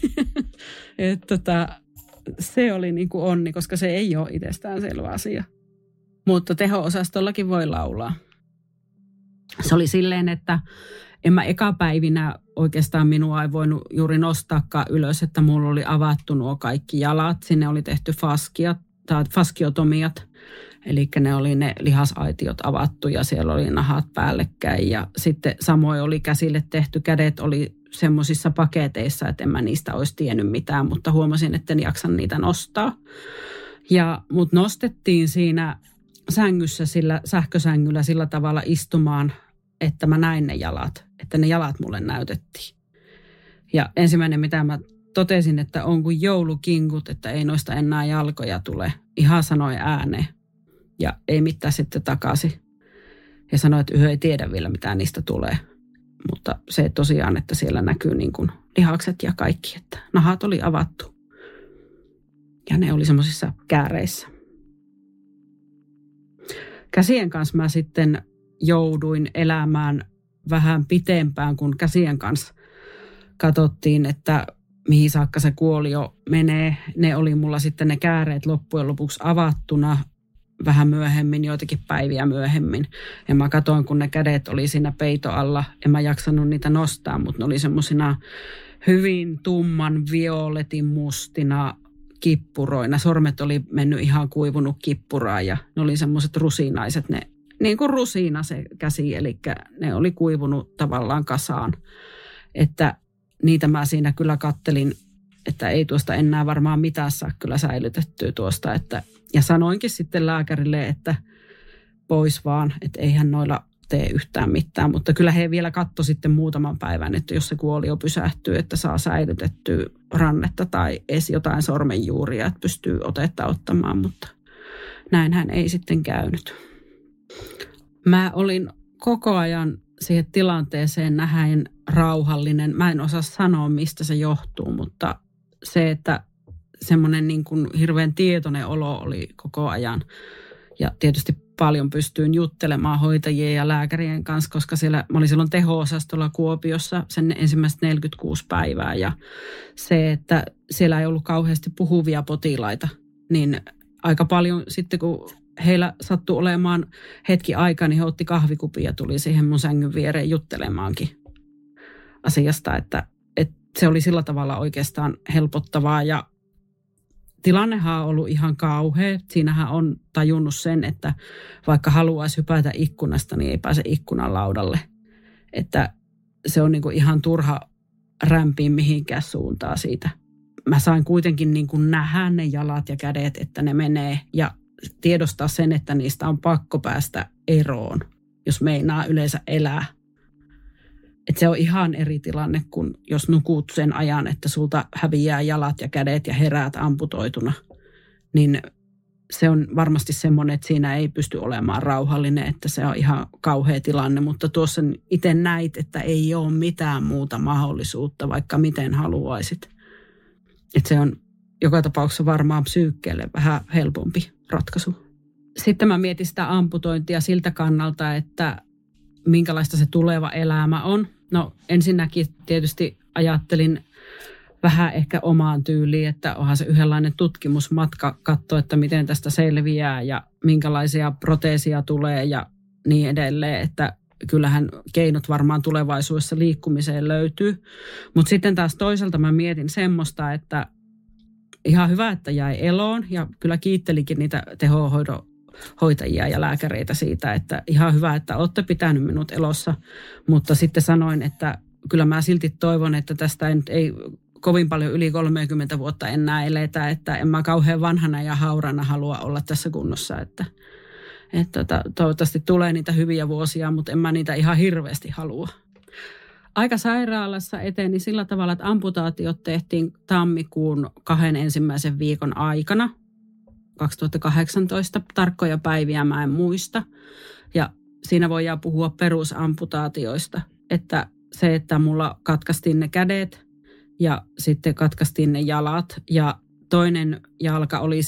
Se oli niin kuin onni, koska se ei ole itsestäänselvä asia. Mutta teho-osastollakin voi laulaa. Se oli silleen, että en mä ekapäivinä oikeastaan minua ei voinut juuri nostaakaan ylös, että mulla oli avattu nuo kaikki jalat. Sinne oli tehty faskiotomiat, eli ne oli ne lihasaitiot avattu ja siellä oli nahat päällekkäin. Ja sitten samoin oli käsille tehty, kädet oli semmoisissa paketeissa, että en mä niistä olisi tiennyt mitään, mutta huomasin, että en jaksa niitä nostaa. Ja mut nostettiin siinä sängyssä sillä sähkösängyllä sillä tavalla istumaan, että mä näin ne jalat, että ne jalat mulle näytettiin. Ja ensimmäinen, mitä mä totesin, että on kuin joulukinkut, että ei noista enää jalkoja tule. Ihan sanoi ääneen ja ei mitään sitten takaisin. Ja sanoi, että yhä ei tiedä vielä, mitä niistä tulee. Mutta se tosiaan, että siellä näkyy niin kuin lihakset ja kaikki, että nahat oli avattu. Ja ne oli semmoisissa kääreissä. Käsien kanssa mä sitten jouduin elämään vähän pitempään, kun käsien kanssa katsottiin, että mihin saakka se kuolio menee. Ne oli mulla sitten ne kääreet loppujen lopuksi avattuna vähän myöhemmin, joitakin päiviä myöhemmin. Ja mä katsoin, kun ne kädet oli siinä peito alla. En mä jaksanut niitä nostaa, mutta ne oli semmosina hyvin tumman violetin mustina kippuroina. Sormet oli mennyt ihan kuivunut kippuraan ja ne oli semmoiset rusinaiset, ne, niin kuin rusina se käsi, eli ne oli kuivunut tavallaan kasaan. Että niitä mä siinä kyllä kattelin, että ei tuosta enää varmaan mitään saa kyllä säilytettyä tuosta. Ja sanoinkin sitten lääkärille, että pois vaan, että eihän noilla tee yhtään mitään. Mutta kyllä he vielä katsoi sitten muutaman päivän, että jos se kuolio pysähtyy, että saa säilytettyä rannetta tai edes jotain sormenjuuria, että pystyy otetta ottamaan, mutta näinhän ei sitten käynyt. Mä olin koko ajan siihen tilanteeseen nähden rauhallinen. Mä en osaa sanoa, mistä se johtuu, mutta se, että semmoinen niin kuin hirveän tietoinen olo oli koko ajan. Ja tietysti paljon pystyin juttelemaan hoitajien ja lääkärien kanssa, koska mä olin silloin teho-osastolla Kuopiossa sen ensimmäiset 46 päivää. Ja se, että siellä ei ollut kauheasti puhuvia potilaita, niin aika paljon sitten kun heillä sattui olemaan hetki aikaa, niin he otti kahvikupin ja tuli siihen mun sängyn viereen juttelemaankin asiasta, että se oli sillä tavalla oikeastaan helpottavaa ja tilannehan on ollut ihan kauhea. Siinähän on tajunnut sen, että vaikka haluaisi hypätä ikkunasta, niin ei pääse ikkunan laudalle. Että se on niin kuin ihan turha rämpiä mihinkään suuntaan siitä. Mä sain kuitenkin niin kuin nähdä ne jalat ja kädet, että ne menee ja tiedostaa sen, että niistä on pakko päästä eroon, jos meinaa yleensä elää. Että se on ihan eri tilanne kuin jos nukut sen ajan, että sulta häviää jalat ja kädet ja heräät amputoituna. Niin se on varmasti semmoinen, että siinä ei pysty olemaan rauhallinen, että se on ihan kauhea tilanne. Mutta tuossa itse näit, että ei ole mitään muuta mahdollisuutta, vaikka miten haluaisit. Että se on joka tapauksessa varmaan psyykkeelle vähän helpompi ratkaisu. Sitten mä mietin sitä amputointia siltä kannalta, että minkälaista se tuleva elämä on. No ensinnäkin tietysti ajattelin vähän ehkä omaan tyyliin, että onhan se yhdenlainen tutkimusmatka katsoa, että miten tästä selviää ja minkälaisia proteesia tulee ja niin edelleen, että kyllähän keinot varmaan tulevaisuudessa liikkumiseen löytyy. Mutta sitten taas toisaalta mä mietin semmoista, että ihan hyvä, että jäi eloon ja kyllä kiittelikin niitä tehohoidon hoitajia ja lääkäreitä siitä, että ihan hyvä, että olette pitänyt minut elossa, mutta sitten sanoin, että kyllä mä silti toivon, että tästä ei kovin paljon yli 30 vuotta enää eletä, että en mä kauhean vanhana ja haurana halua olla tässä kunnossa, että toivottavasti tulee niitä hyviä vuosia, mutta en mä niitä ihan hirveästi halua. Aika sairaalassa eteni sillä tavalla, että amputaatiot tehtiin tammikuun 2 ensimmäisen viikon aikana. 2018, tarkkoja päiviä mä en muista. Ja siinä voidaan puhua perusamputaatioista, että se, että mulla katkaistiin ne kädet ja sitten katkaistiin ne jalat. Ja toinen jalka oli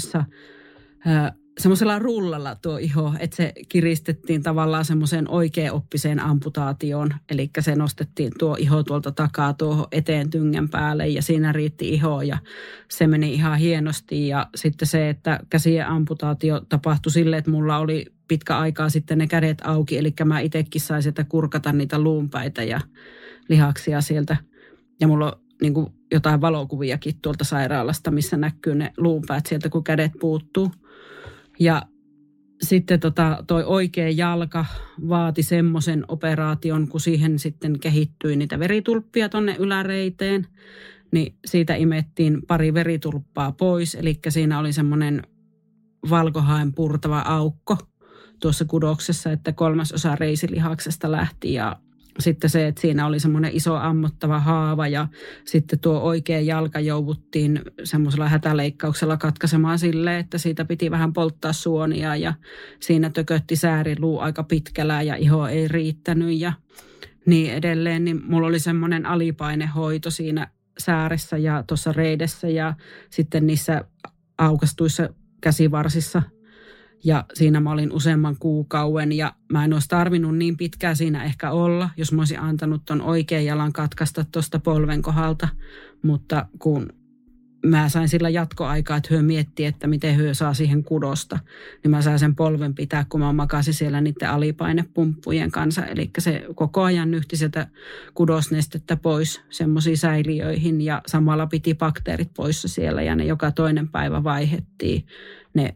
semmoisella rullalla tuo iho, että se kiristettiin tavallaan semmoiseen oikeaoppiseen amputaatioon. Eli se nostettiin tuo iho tuolta takaa tuohon eteen tyngen päälle ja siinä riitti iho ja se meni ihan hienosti. Ja sitten se, että käsien amputaatio tapahtui silleen, että mulla oli pitkä aikaa sitten ne kädet auki. Eli mä itsekin sain sieltä kurkata niitä luunpäitä ja lihaksia sieltä. Ja mulla on niin kuin jotain valokuviakin tuolta sairaalasta, missä näkyy ne luunpäät sieltä, kun kädet puuttuu. Ja sitten toi oikea jalka vaati semmoisen operaation, kun siihen sitten kehittyi niitä veritulppia tonne yläreiteen, niin siitä imettiin pari veritulppaa pois. Eli siinä oli semmoinen valkohaen purtava aukko tuossa kudoksessa, että 1/3 reisilihaksesta lähti ja sitten se, että siinä oli semmoinen iso ammottava haava ja sitten tuo oikea jalka jouduttiin semmoisella hätäleikkauksella katkaisemaan silleen, että siitä piti vähän polttaa suonia ja siinä tökötti sääriluu aika pitkällä ja iho ei riittänyt ja niin edelleen. Niin mulla oli semmoinen alipainehoito siinä sääressä ja tuossa reidessä ja sitten niissä aukastuissa käsivarsissa. Ja siinä mä olin useamman kuukauden ja mä en olisi tarvinnut niin pitkään siinä ehkä olla, jos mä olisin antanut ton oikean jalan katkaista tuosta polven kohdalta. Mutta kun mä sain sillä jatkoaikaa, että hyö mietti, että miten hyö saa siihen kudosta, niin mä sain sen polven pitää, kun mä makasin siellä niiden alipainepumppujen kanssa. Eli se koko ajan nyhti sieltä kudosnestettä pois semmoisiin säiliöihin ja samalla piti bakteerit poissa siellä ja ne joka toinen päivä vaihdettiin ne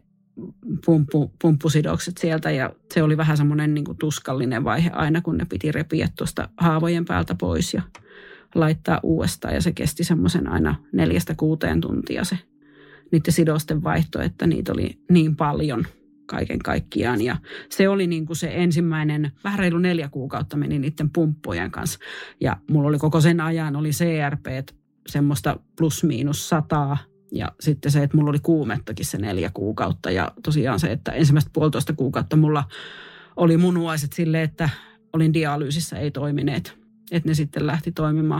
pumppusidokset sieltä ja se oli vähän semmoinen niin kuin tuskallinen vaihe aina, kun ne piti repiä tuosta haavojen päältä pois ja laittaa uudestaan ja se kesti semmoisen aina 4-6 tuntia se niiden sidosten vaihto, että niitä oli niin paljon kaiken kaikkiaan ja se oli niin kuin se ensimmäinen, vähän reilu 4 kuukautta meni niiden pumppujen kanssa ja mulla oli koko sen ajan oli CRP semmoista +-100 ja sitten se, että mulla oli kuumettakin se 4 kuukautta ja tosiaan se, että ensimmäistä 1,5 kuukautta mulla oli munuaiset silleen, että olin dialyysissä, ei toimineet. Että ne sitten lähti toimimaan.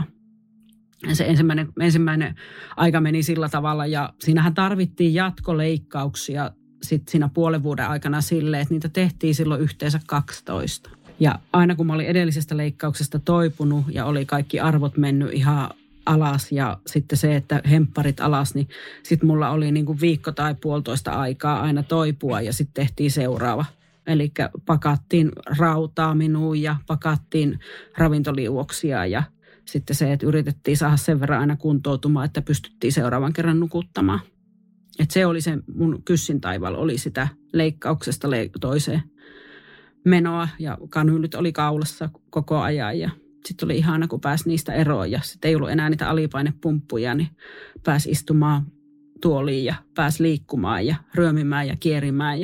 Ja se ensimmäinen aika meni sillä tavalla ja siinähän tarvittiin jatkoleikkauksia sitten siinä 0,5 vuoden aikana silleen, että niitä tehtiin silloin yhteensä 12. Ja aina kun mä olin edellisestä leikkauksesta toipunut ja oli kaikki arvot mennyt ihan alas ja sitten se, että hempparit alas, niin sitten mulla oli niin kuin viikko tai 1,5 aikaa aina toipua ja sitten tehtiin seuraava. Eli pakattiin rautaa minuun ja pakattiin ravintoliuoksia ja sitten se, että yritettiin saada sen verran aina kuntoutumaan, että pystyttiin seuraavan kerran nukuttamaan. Että se oli se mun kyssin taival, oli sitä leikkauksesta toiseen menoa ja kanyylit oli kaulassa koko ajan ja sitten oli ihana, kun pääsi niistä eroon ja sitten ei ollut enää niitä alipainepumppuja, niin pääsi istumaan tuoliin ja pääsi liikkumaan ja ryömimään ja kierimään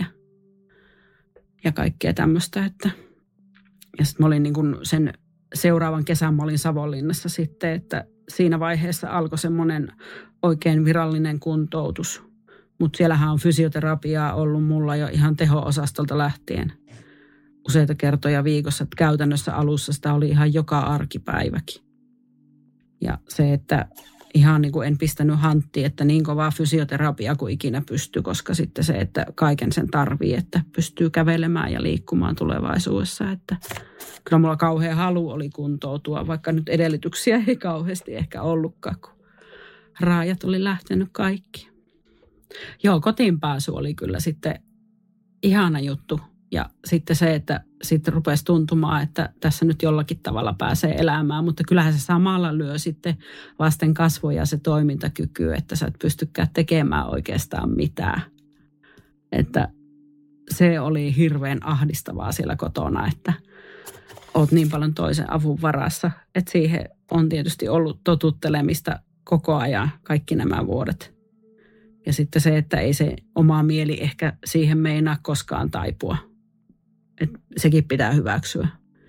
ja kaikkea tämmöistä. Ja sitten mä olin niin kuin sen seuraavan kesän, mä olin Savonlinnassa sitten, että siinä vaiheessa alkoi semmoinen oikein virallinen kuntoutus. Mutta siellähän on fysioterapiaa ollut mulla jo ihan teho-osastolta lähtien useita kertoja viikossa, että käytännössä alussa sitä oli ihan joka arkipäiväkin. Ja se, että ihan niin kuin en pistänyt hanttiin, että niin kovaa fysioterapiaa kuin ikinä pystyy, koska sitten se, että kaiken sen tarvii, että pystyy kävelemään ja liikkumaan tulevaisuudessa. Että kyllä mulla kauhean halu oli kuntoutua, vaikka nyt edellytyksiä ei kauheasti ehkä ollutkaan, kun raajat oli lähtenyt kaikki. Joo, kotiin pääsy oli kyllä sitten ihana juttu. Ja sitten se, että sitten rupesi tuntumaan, että tässä nyt jollakin tavalla pääsee elämään. Mutta kyllähän se samalla lyö sitten lasten kasvoja se toimintakyky, että sä et pystykään tekemään oikeastaan mitään. Että se oli hirveän ahdistavaa siellä kotona, että oot niin paljon toisen avun varassa. Että siihen on tietysti ollut totuttelemista koko ajan kaikki nämä vuodet. Ja sitten se, että ei se oma mieli ehkä siihen meinaa koskaan taipua. Et sekin pitää hyväksyä.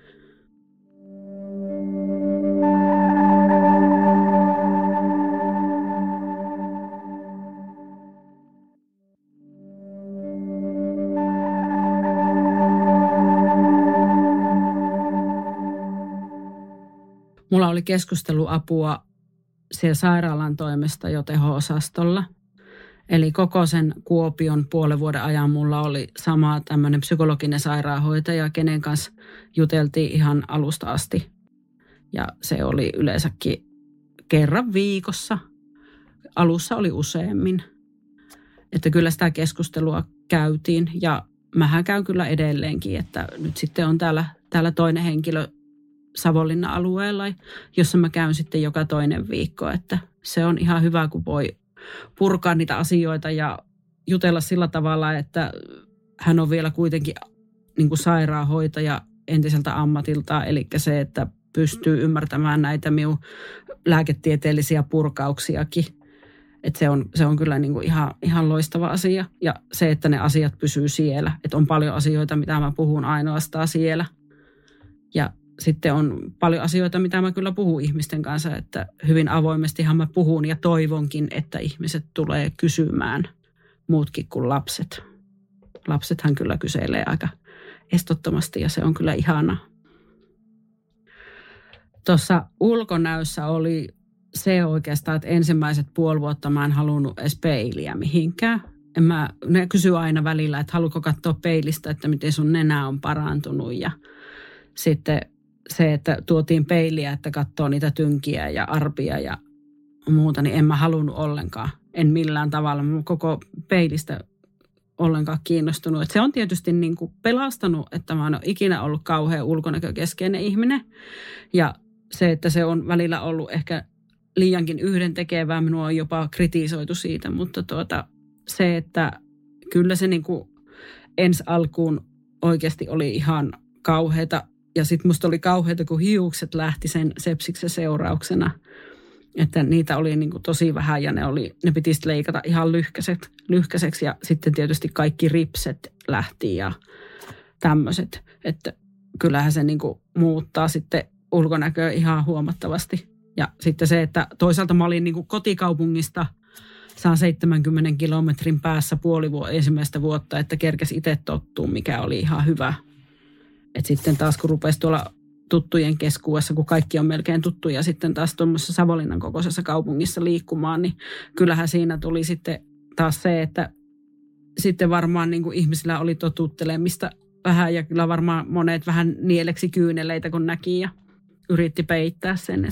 Mulla oli keskusteluapua siellä sairaalan toimesta jo teho-osastolla. Eli koko sen Kuopion puolen vuoden ajan mulla oli sama tämmöinen psykologinen sairaanhoitaja, kenen kanssa juteltiin ihan alusta asti. Ja se oli yleensäkin kerran viikossa. Alussa oli useammin. Että kyllä sitä keskustelua käytiin ja mähän käyn kyllä edelleenkin, että nyt sitten on täällä toinen henkilö Savonlinnan alueella, jossa mä käyn sitten joka toinen viikko. Että se on ihan hyvä, kun voi purkaa niitä asioita ja jutella sillä tavalla, että hän on vielä kuitenkin niin kuin sairaanhoitaja entiseltä ammatiltaan. Eli se, että pystyy ymmärtämään näitä minun lääketieteellisiä purkauksiakin. Että se on kyllä niin kuin ihan loistava asia. Ja se, että ne asiat pysyy siellä. Että on paljon asioita, mitä mä puhun ainoastaan siellä. Ja sitten on paljon asioita, mitä mä kyllä puhun ihmisten kanssa, että hyvin avoimestihan mä puhun ja toivonkin, että ihmiset tulee kysymään muutkin kuin lapset. Lapsethan kyllä kyselee aika estottomasti ja se on kyllä ihanaa. Tuossa ulkonäössä oli se oikeastaan, että ensimmäiset puoli vuotta mä en halunnut edes peiliä mihinkään. Ne kysyy aina välillä, että haluatko katsoa peilistä, että miten sun nenä on parantunut ja sitten se, että tuotiin peiliä, että katsoo niitä tynkiä ja arpia ja muuta, niin en mä halunnut ollenkaan. En millään tavalla. Mä koko peilistä ollenkaan kiinnostunut. Et se on tietysti niin kuin pelastanut, että mä en ole ikinä ollut kauhean ulkonäkökeskeinen ihminen. Ja se, että se on välillä ollut ehkä liiankin yhdentekevää, minua on jopa kritisoitu siitä. Mutta se, että kyllä se niin kuin ensi alkuun oikeasti oli ihan kauheata. Ja sitten musta oli kauheata, kun hiukset lähti sen sepsiksen seurauksena. Että niitä oli niin kuin tosi vähän ja ne piti leikata ihan lyhkäiseksi. Ja sitten tietysti kaikki ripset lähti ja tämmöiset. Että kyllähän se niin kuin muuttaa sitten ulkonäköä ihan huomattavasti. Ja sitten se, että toisaalta mä olin niin kuin kotikaupungista 170 kilometrin päässä ensimmäistä vuotta, että kerkesi itse tottua, mikä oli ihan hyvä. Että sitten taas kun rupesi tuolla tuttujen keskuudessa, kun kaikki on melkein tuttuja sitten taas tuommoisessa Savonlinnan kokoisessa kaupungissa liikkumaan, niin kyllähän siinä tuli sitten taas se, että sitten varmaan niin kuin ihmisillä oli totuttelemista vähän ja kyllä varmaan monet vähän nieleksi kyyneleitä kun näki ja yritti peittää sen,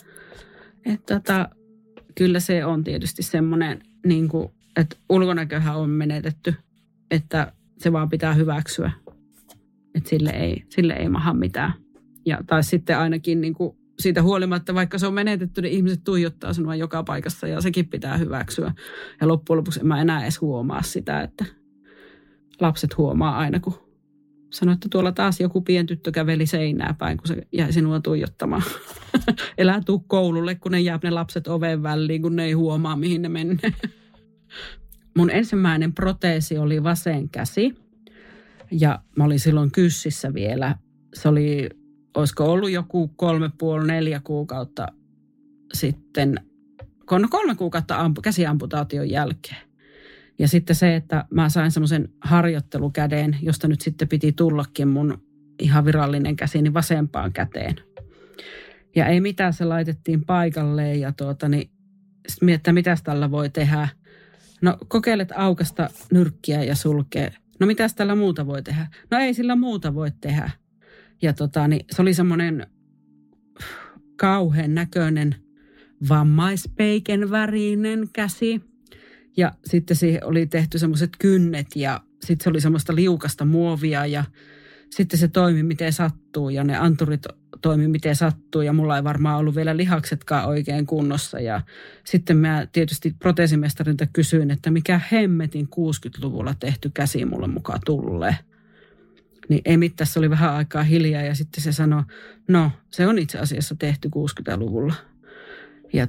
että kyllä se on tietysti semmoinen, niin kuin, että ulkonäköhän on menetetty, että se vaan pitää hyväksyä. Että sille ei maha mitään. Ja tai sitten ainakin niin kuin siitä huolimatta, vaikka se on menetetty, niin ihmiset tuijottaa sinua joka paikassa ja sekin pitää hyväksyä. Ja loppujen lopuksi en mä enää edes huomaa sitä, että lapset huomaa aina, kun sanoo, että tuolla taas joku pientyttö käveli seinää päin, kun se jäi sinua tuijottamaan. Elää tuu koululle, kun ne jää ne lapset oven väliin, kun ne ei huomaa, mihin ne menee. Mun ensimmäinen proteesi oli vasen käsi. Ja mä olin silloin Kyssissä vielä. Se oli, olisiko ollut joku 3,5-4 kuukautta sitten, 3 kuukautta käsiamputaation jälkeen. Ja sitten se, että mä sain semmoisen harjoittelukäden, josta nyt sitten piti tullakin mun ihan virallinen käsi, niin vasempaan käteen. Ja ei mitään, se laitettiin paikalleen ja sitten miettä, mitäs tällä voi tehdä. No kokeilet aukasta nyrkkiä ja sulkee. No mitäs tällä muuta voi tehdä? No ei sillä muuta voi tehdä. Ja se oli semmoinen kauhean näköinen vammaispeiken värinen käsi. Ja sitten siihen oli tehty semmoiset kynnet ja sitten se oli semmoista liukasta muovia ja sitten se toimi miten sattuu ja ne anturit toimi miten sattuu ja mulla ei varmaan ollut vielä lihaksetkaan oikein kunnossa. Ja sitten mä tietysti proteesimestarilta kysyin, että mikä hemmetin 60-luvulla tehty käsi mulle mukaan tulee. Niin ei mitään, se oli vähän aikaa hiljaa ja sitten se sanoi, no se on itse asiassa tehty 60-luvulla. Ja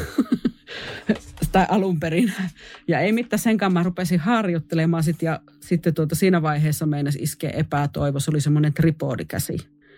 tai alun perin. Ja ei mitään, senkaan mä rupesin harjoittelemaan ja sitten siinä vaiheessa meinasi iskeä epätoivo. Se oli semmoinen tripodikäsi.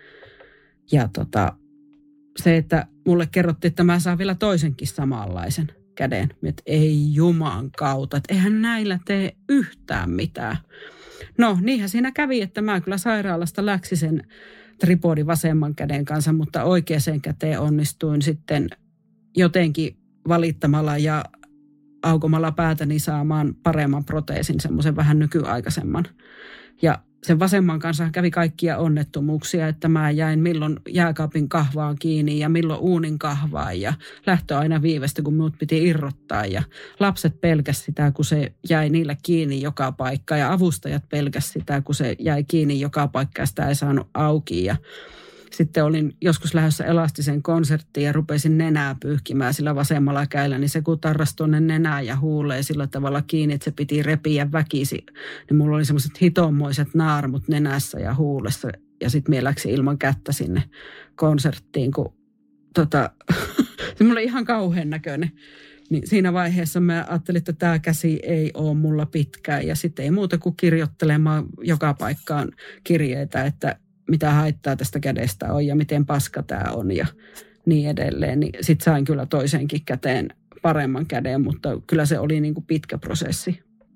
Ja se, että mulle kerrottiin, että mä saan vielä toisenkin samanlaisen käden. Että ei juman kautta, että eihän näillä tee yhtään mitään. No niinhän siinä kävi, että mä kyllä sairaalasta läksin sen tripodin vasemman käden kanssa, mutta oikeaan käteen onnistuin sitten jotenkin valittamalla ja aukomalla päätäni saamaan paremman proteesin, semmoisen vähän nykyaikaisemman. Ja sen vasemman kanssa kävi kaikkia onnettomuuksia, että mä jäin milloin jääkaapin kahvaan kiinni ja milloin uunin kahvaan ja lähtö aina viivästi, kun minut piti irrottaa. Ja lapset pelkäs sitä, kun se jäi niillä kiinni joka paikka ja avustajat pelkäs sitä, kun se jäi kiinni joka paikka ja sitä ei saanut auki. Ja sitten olin joskus lähdössä Elastisen konserttiin ja rupesin nenää pyyhkimään sillä vasemmalla kädellä, niin se kun tarrasi tuonne nenää ja huuleen sillä tavalla kiinni, että se piti repiä väkisi, niin mulla oli semmoiset hitommoiset naarmut nenässä ja huulessa ja sitten minä läksin ilman kättä sinne konserttiin, kun se mulla oli ihan kauhean näköinen. Niin siinä vaiheessa mä ajattelin, että tämä käsi ei ole mulla pitkään ja sitten ei muuta kuin kirjoittelemaan joka paikkaan kirjeitä, että mitä haittaa tästä kädestä on ja miten paska tämä on ja niin edelleen. Niin sitten sain kyllä toisenkin käteen paremman käden, mutta kyllä se oli niin kuin pitkä prosessi.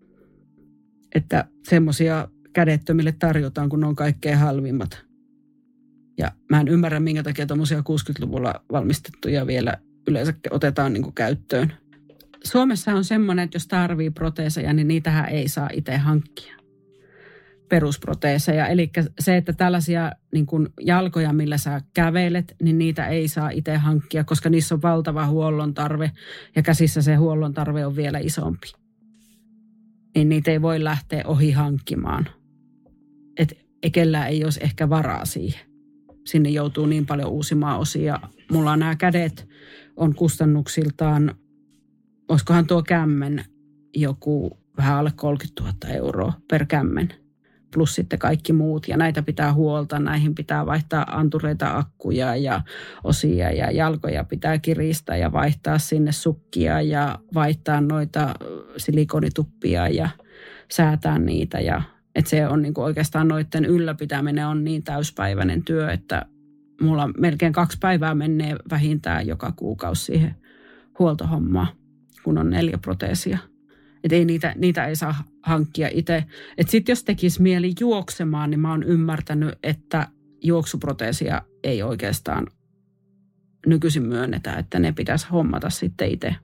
Että semmoisia kädettömille tarjotaan, kun ne on kaikkein halvimmat. Ja mä en ymmärrä, minkä takia tommosia 60-luvulla valmistettuja vielä yleensä otetaan niin kuin käyttöön. Suomessa on semmoinen, että jos tarvii proteeseja, niin niitähän ei saa itse hankkia. Perusproteeseja. Eli se, että tällaisia niin kuin jalkoja, millä sä kävelet, niin niitä ei saa itse hankkia, koska niissä on valtava huollon tarve ja käsissä se huollon tarve on vielä isompi. Niin niitä ei voi lähteä ohi hankkimaan. Että kellään ei olisi ehkä varaa siihen. Sinne joutuu niin paljon uusimaan osia. Mulla nämä kädet on kustannuksiltaan, olisikohan tuo kämmen joku vähän alle 30 000 euroa per kämmen. Plus sitten kaikki muut. Ja näitä pitää huolta. Näihin pitää vaihtaa antureita, akkuja ja osia ja jalkoja pitää kiristää ja vaihtaa sinne sukkia ja vaihtaa noita silikonituppia ja säätää niitä. Ja että se on niin kuin oikeastaan noiden ylläpitäminen on niin täyspäiväinen työ, että mulla melkein 2 päivää menee vähintään joka kuukausi siihen huoltohommaan, kun on 4 proteesia. Että ei niitä ei saa hankkia itse. Että sitten jos tekisi mieli juoksemaan, niin mä oon ymmärtänyt, että juoksuproteesia ei oikeastaan nykyisin myönnetä, että ne pitäisi hommata sitten itse.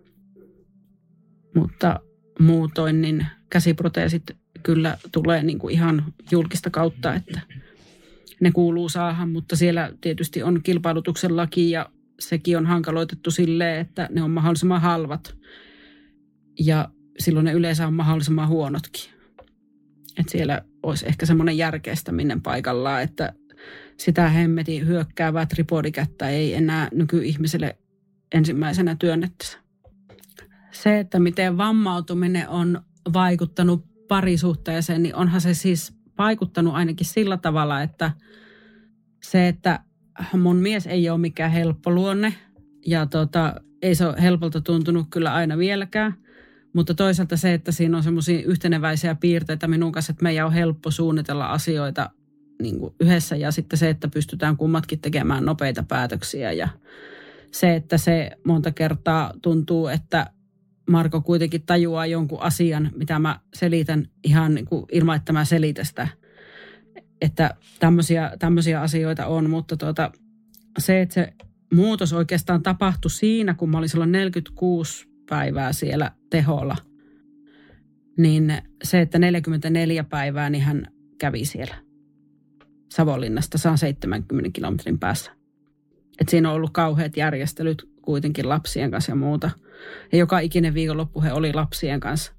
Mutta muutoin niin käsiproteesit kyllä tulee niin kuin ihan julkista kautta, että ne kuuluu saahan, mutta siellä tietysti on kilpailutuksen laki ja sekin on hankaloitettu silleen, että ne on mahdollisimman halvat ja silloin ne yleensä on mahdollisimman huonotkin. Että siellä olisi ehkä semmoinen järkeistäminen paikallaan, että sitä hemmetin hyökkäävää tripodikättä ei enää nykyihmiselle ensimmäisenä työnnettäisi. Se, että miten vammautuminen on vaikuttanut parisuhteeseen, niin onhan se siis vaikuttanut ainakin sillä tavalla, että se, että mun mies ei ole mikään helppo luonne ja ei se ole helpolta tuntunut kyllä aina vieläkään. Mutta toisaalta se, että siinä on semmoisia yhteneväisiä piirteitä minun kanssa, että meidän on helppo suunnitella asioita niin kuin yhdessä ja sitten se, että pystytään kummatkin tekemään nopeita päätöksiä ja se, että se monta kertaa tuntuu, että Marko kuitenkin tajuaa jonkun asian, mitä mä selitän ihan niin kuin ilman, että mä selitän sitä. Että tämmöisiä asioita on, mutta se, että se muutos oikeastaan tapahtui siinä, kun mä olin silloin 46 päivää siellä teholla, niin se, että 44 päivää, niin hän kävi siellä Savonlinnasta 170 kilometrin päässä. Että siinä on ollut kauheat järjestelyt kuitenkin lapsien kanssa ja muuta. Ja joka ikinen viikonloppu he oli lapsien kanssa.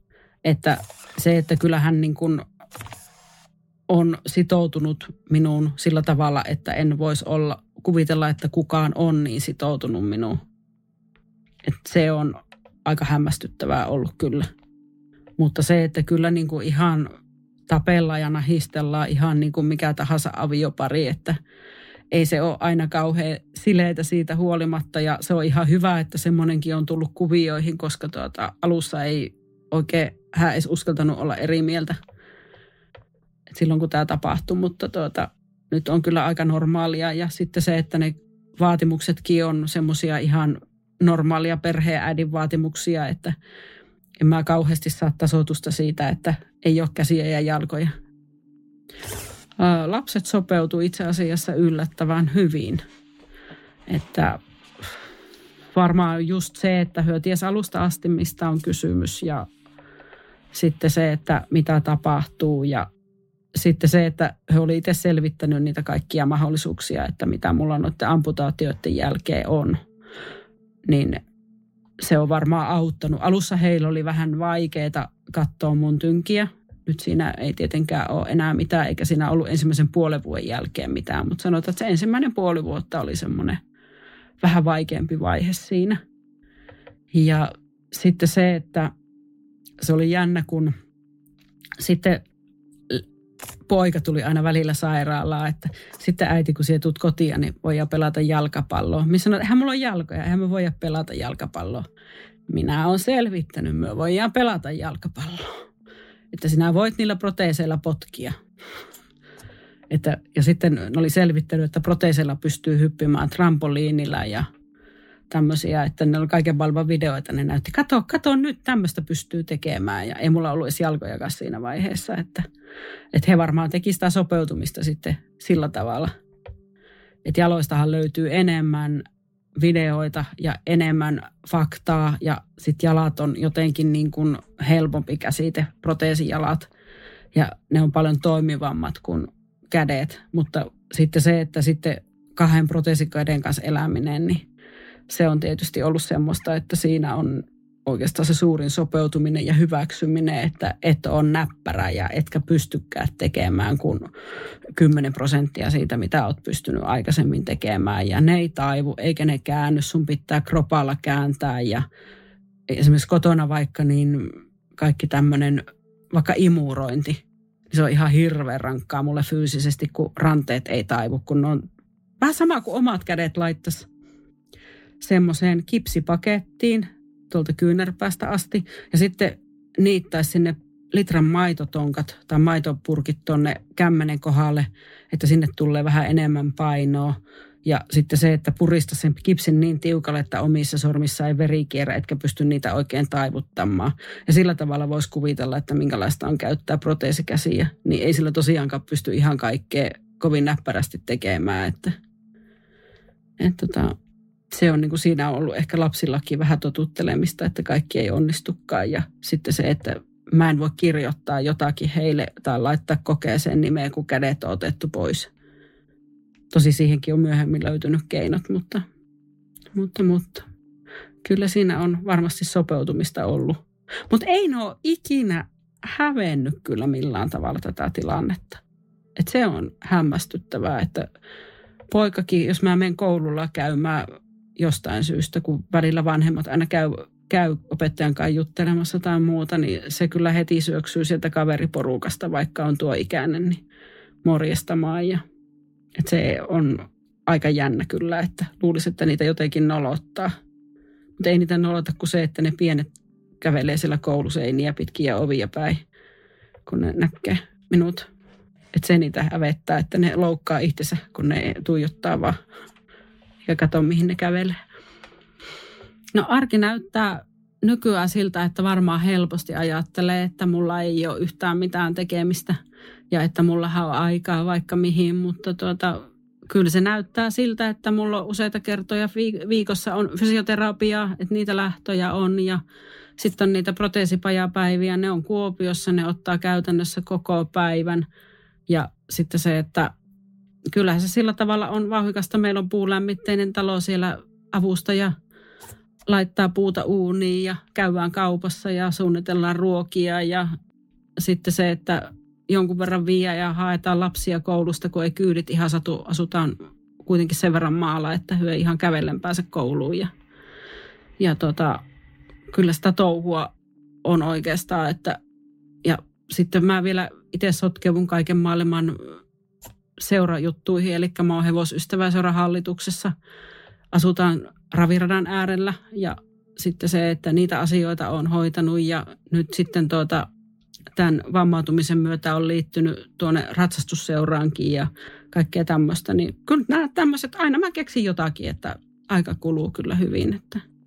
Että se, että kyllähän niin kuin on sitoutunut minuun sillä tavalla, että en voisi kuvitella, että kukaan on niin sitoutunut minuun. Että se on aika hämmästyttävää ollut kyllä. Mutta se, että kyllä niin kuin ihan tapellaan ja nahistellaan ihan niin kuin mikä tahansa aviopari, että ei se ole aina kauhean sileitä siitä huolimatta. Ja se on ihan hyvä, että semmoinenkin on tullut kuvioihin, koska alussa ei oikein hän edes uskaltanut olla eri mieltä silloin, kun tämä tapahtui. Mutta nyt on kyllä aika normaalia. Ja sitten se, että ne vaatimuksetkin on semmoisia ihan normaalia perheenäidin vaatimuksia, että en mä kauheasti saa tasoitusta siitä, että ei ole käsiä ja jalkoja. Lapset sopeutuu itse asiassa yllättävän hyvin. Että varmaan just se, että he ties alusta asti, mistä on kysymys ja sitten se, että mitä tapahtuu ja sitten se, että he oli itse selvittänyt niitä kaikkia mahdollisuuksia, että mitä mulla noiden amputaatioiden jälkeen on, niin se on varmaan auttanut. Alussa heillä oli vähän vaikeaa katsoa mun tynkiä. Nyt siinä ei tietenkään ole enää mitään, eikä siinä ollut ensimmäisen puolen vuoden jälkeen mitään. Mutta sanotaan, että se ensimmäinen puoli vuotta oli semmoinen vähän vaikeampi vaihe siinä. Ja sitten se, että se oli jännä, kun sitten poika tuli aina välillä sairaalaan, että sitten äiti, kun sinä tulet kotiin, niin voidaan pelata jalkapalloa. Minä sanoin, että eihän mulla on jalkoja, eihän me voida pelata jalkapalloa. Minä olen selvittänyt, me voidaan pelata jalkapalloa. Että sinä voit niillä proteeseilla potkia. Ja sitten ne oli selvittänyt, että proteeseilla pystyy hyppimään trampoliinilla ja tämmöisiä, että ne oli kaiken maailman videoita, ne näytti, kato nyt tämmöistä pystyy tekemään. Ja ei mulla ollut edes jalkojakaan siinä vaiheessa, että he varmaan teki sitä sopeutumista sitten sillä tavalla. Että jaloistahan löytyy enemmän videoita ja enemmän faktaa ja sitten jalat on jotenkin niin kuin helpompi käsite, proteesijalat. Ja ne on paljon toimivammat kuin kädet, mutta sitten se, että sitten 2 proteesikäden kanssa eläminen, niin se on tietysti ollut semmoista, että siinä on oikeastaan se suurin sopeutuminen ja hyväksyminen, että et on näppärä ja etkä pystykään tekemään kuin 10% siitä, mitä olet pystynyt aikaisemmin tekemään. Ja ne ei taivu, eikä ne käänny, sun pitää kropalla kääntää ja esimerkiksi kotona vaikka niin kaikki tämmöinen vaikka imurointi, niin se on ihan hirveän rankkaa mulle fyysisesti, kun ranteet ei taivu, kun ne on vähän sama kuin omat kädet laittaisi semmoiseen kipsipakettiin tuolta kyynärpäästä asti ja sitten niittäisi sinne litran maitotonkat tai maitopurkit tuonne kämmenen kohdalle, että sinne tulee vähän enemmän painoa. Ja sitten se, että purista sen kipsin niin tiukalle, että omissa sormissa ei veri kierrä, etkä pysty niitä oikein taivuttamaan. Ja sillä tavalla voisi kuvitella, että minkälaista on käyttää proteesikäsiä. Niin ei sillä tosiaankaan pysty ihan kaikkea kovin näppärästi tekemään. Että se on niin kuin siinä on ollut ehkä lapsillakin vähän totuttelemista, että kaikki ei onnistukaan. Ja sitten se, että mä en voi kirjoittaa jotakin heille tai laittaa kokeeseen nimeä, kun kädet on otettu pois. Tosi siihenkin on myöhemmin löytynyt keinot, mutta kyllä siinä on varmasti sopeutumista ollut. Mutta ei ne ole ikinä hävennyt kyllä millään tavalla tätä tilannetta. Et se on hämmästyttävää, että poikakin, jos mä menen koululla käymään jostain syystä, kun välillä vanhemmat aina käy opettajan kanssa juttelemassa tai muuta, niin se kyllä heti syöksyy sieltä kaveriporukasta, vaikka on tuo ikäinen, niin morjestamaan. Että se on aika jännä kyllä, että luulisi, että niitä jotenkin nolottaa. Mutta ei niitä nolota kuin se, että ne pienet kävelee siellä kouluseiniä pitkiä ovia päin, kun ne näkee minut. Että se niitä hävettää, että ne loukkaa itsensä, kun ne tuijottaa vaan ja katso, mihin ne kävelee. No arki näyttää nykyään siltä, että varmaan helposti ajattelee, että mulla ei ole yhtään mitään tekemistä ja että mullahan on aikaa vaikka mihin, mutta kyllä se näyttää siltä, että mulla on useita kertoja viikossa on fysioterapiaa, että niitä lähtöjä on ja sitten on niitä proteesipajapäiviä, ne on Kuopiossa, ne ottaa käytännössä koko päivän ja sitten se, että kyllähän se sillä tavalla on vauhikasta, meillä on puulämmitteinen talo siellä avustaja laittaa puuta uuniin ja käydään kaupassa ja suunnitellaan ruokia. Ja sitten se, että jonkun verran vie ja haetaan lapsia koulusta, kun ei kyydit ihan satu. Asutaan kuitenkin sen verran maalla, että hyö ihan kävellen pääse kouluun. Ja kyllä sitä touhua on oikeastaan, että ja sitten mä vielä itse sotkeudun kaiken maailman seurajuttuihin, eli mä oon hevosystäväseuran hallituksessa. Asutaan raviradan äärellä ja sitten se, että niitä asioita on hoitanut ja nyt sitten tämän vammautumisen myötä on liittynyt tuonne ratsastusseuraankin ja kaikkea tämmöistä. Niin kyllä nämä tämmöiset, aina mä keksin jotakin, että aika kuluu kyllä hyvin.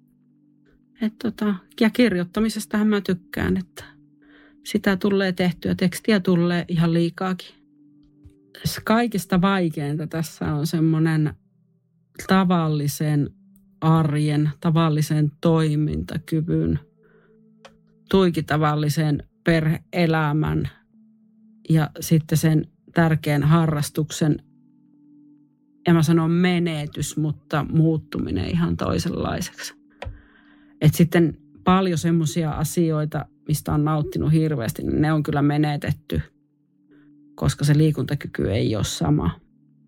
Ja kirjoittamisestahan mä tykkään, että sitä tulee tehtyä, tekstiä tulee ihan liikaakin. Kaikista vaikeinta tässä on semmoinen tavallisen arjen, tavallisen toimintakyvyn, tuiki tavallisen perhe-elämän ja sitten sen tärkeän harrastuksen, en mä sano menetys, mutta muuttuminen ihan toisenlaiseksi. Et sitten paljon semmoisia asioita, mistä on nauttinut hirveästi, niin ne on kyllä menetetty, koska se liikuntakyky ei ole sama.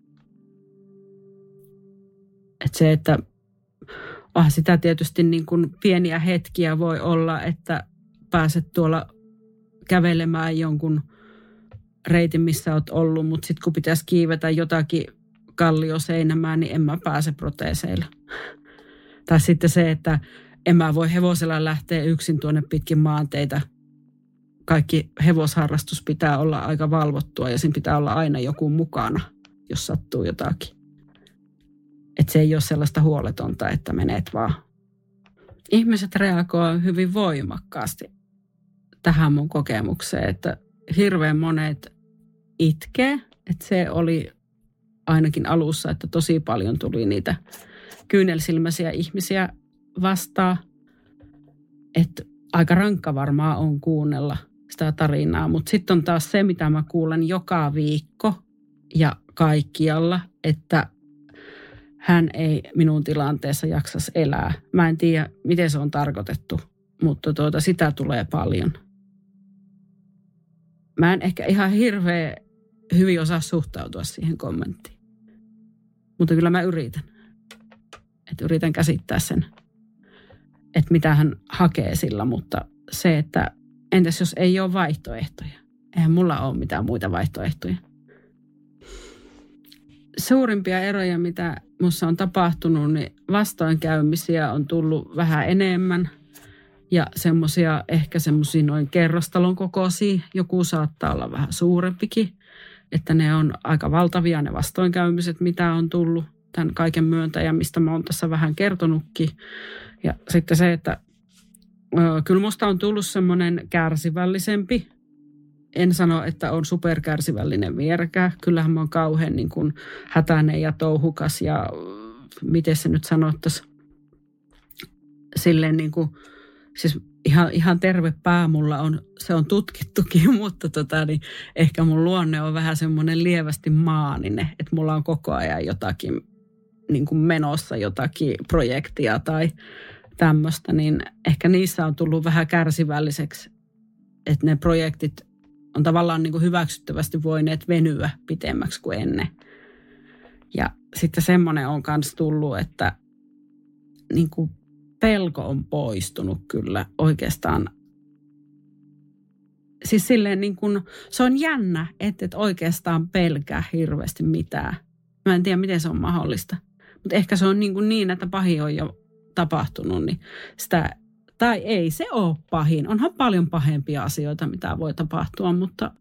Et se, että sitä tietysti niin kuin pieniä hetkiä voi olla, että pääset tuolla kävelemään jonkun reitin, missä olet ollut, mutta sitten kun pitäisi kiivetä jotakin kallioseinämään, niin en mä pääse proteeseilla. Tai sitten se, että en mä voi hevosella lähteä yksin tuonne pitkin maanteita. Kaikki hevosharrastus pitää olla aika valvottua ja siinä pitää olla aina joku mukana, jos sattuu jotakin. Että se ei ole sellaista huoletonta, että menet vaan. Ihmiset reagoivat hyvin voimakkaasti tähän mun kokemukseen, että hirveän monet itkee. Että se oli ainakin alussa, että tosi paljon tuli niitä kyynelsilmäisiä ihmisiä vastaan. Että aika rankka varmaan on kuunnella sitä tarinaa, mutta sitten on taas se, mitä mä kuulen joka viikko ja kaikkialla, että hän ei minun tilanteessa jaksas elää. Mä en tiedä, miten se on tarkoitettu, mutta sitä tulee paljon. Mä en ehkä ihan hirveän hyvin osaa suhtautua siihen kommenttiin. Mutta kyllä mä yritän. Että yritän käsittää sen, että mitä hän hakee sillä, mutta se, että entäs jos ei ole vaihtoehtoja? Eihän mulla ole mitään muita vaihtoehtoja. Suurimpia eroja, mitä musta on tapahtunut, niin vastoinkäymisiä on tullut vähän enemmän. Ja ehkä semmoisia noin kerrostalon kokoisia. Joku saattaa olla vähän suurempikin. Että ne on aika valtavia ne vastoinkäymiset, mitä on tullut tämän kaiken myöntä ja mistä mä oon tässä vähän kertonutkin. Ja sitten se, että kyllä musta on tullut semmoinen kärsivällisempi. En sano, että on superkärsivällinen vieläkään. Kyllähän mä oon kauhean niin kuin hätäinen ja touhukas ja miten se nyt sanottaisi. Silleen niin kuin, siis ihan terve pää mulla on, se on tutkittukin, mutta niin ehkä mun luonne on vähän semmoinen lievästi maaninen. Että mulla on koko ajan jotakin niin kuin menossa jotakin projektia tai tämmöistä, niin ehkä niissä on tullut vähän kärsivälliseksi, että ne projektit on tavallaan niin kuin hyväksyttävästi voineet venyä pitemmäksi kuin ennen. Ja sitten semmoinen on myös tullut, että niin kuin pelko on poistunut kyllä oikeastaan. Siis silleen niin kuin, se on jännä, että et oikeastaan pelkää hirveästi mitään. Mä en tiedä, miten se on mahdollista. Mutta ehkä se on niin, että pahin on jo tapahtunut, niin sitä, tai ei se ole pahin. Onhan paljon pahempia asioita, mitä voi tapahtua, mutta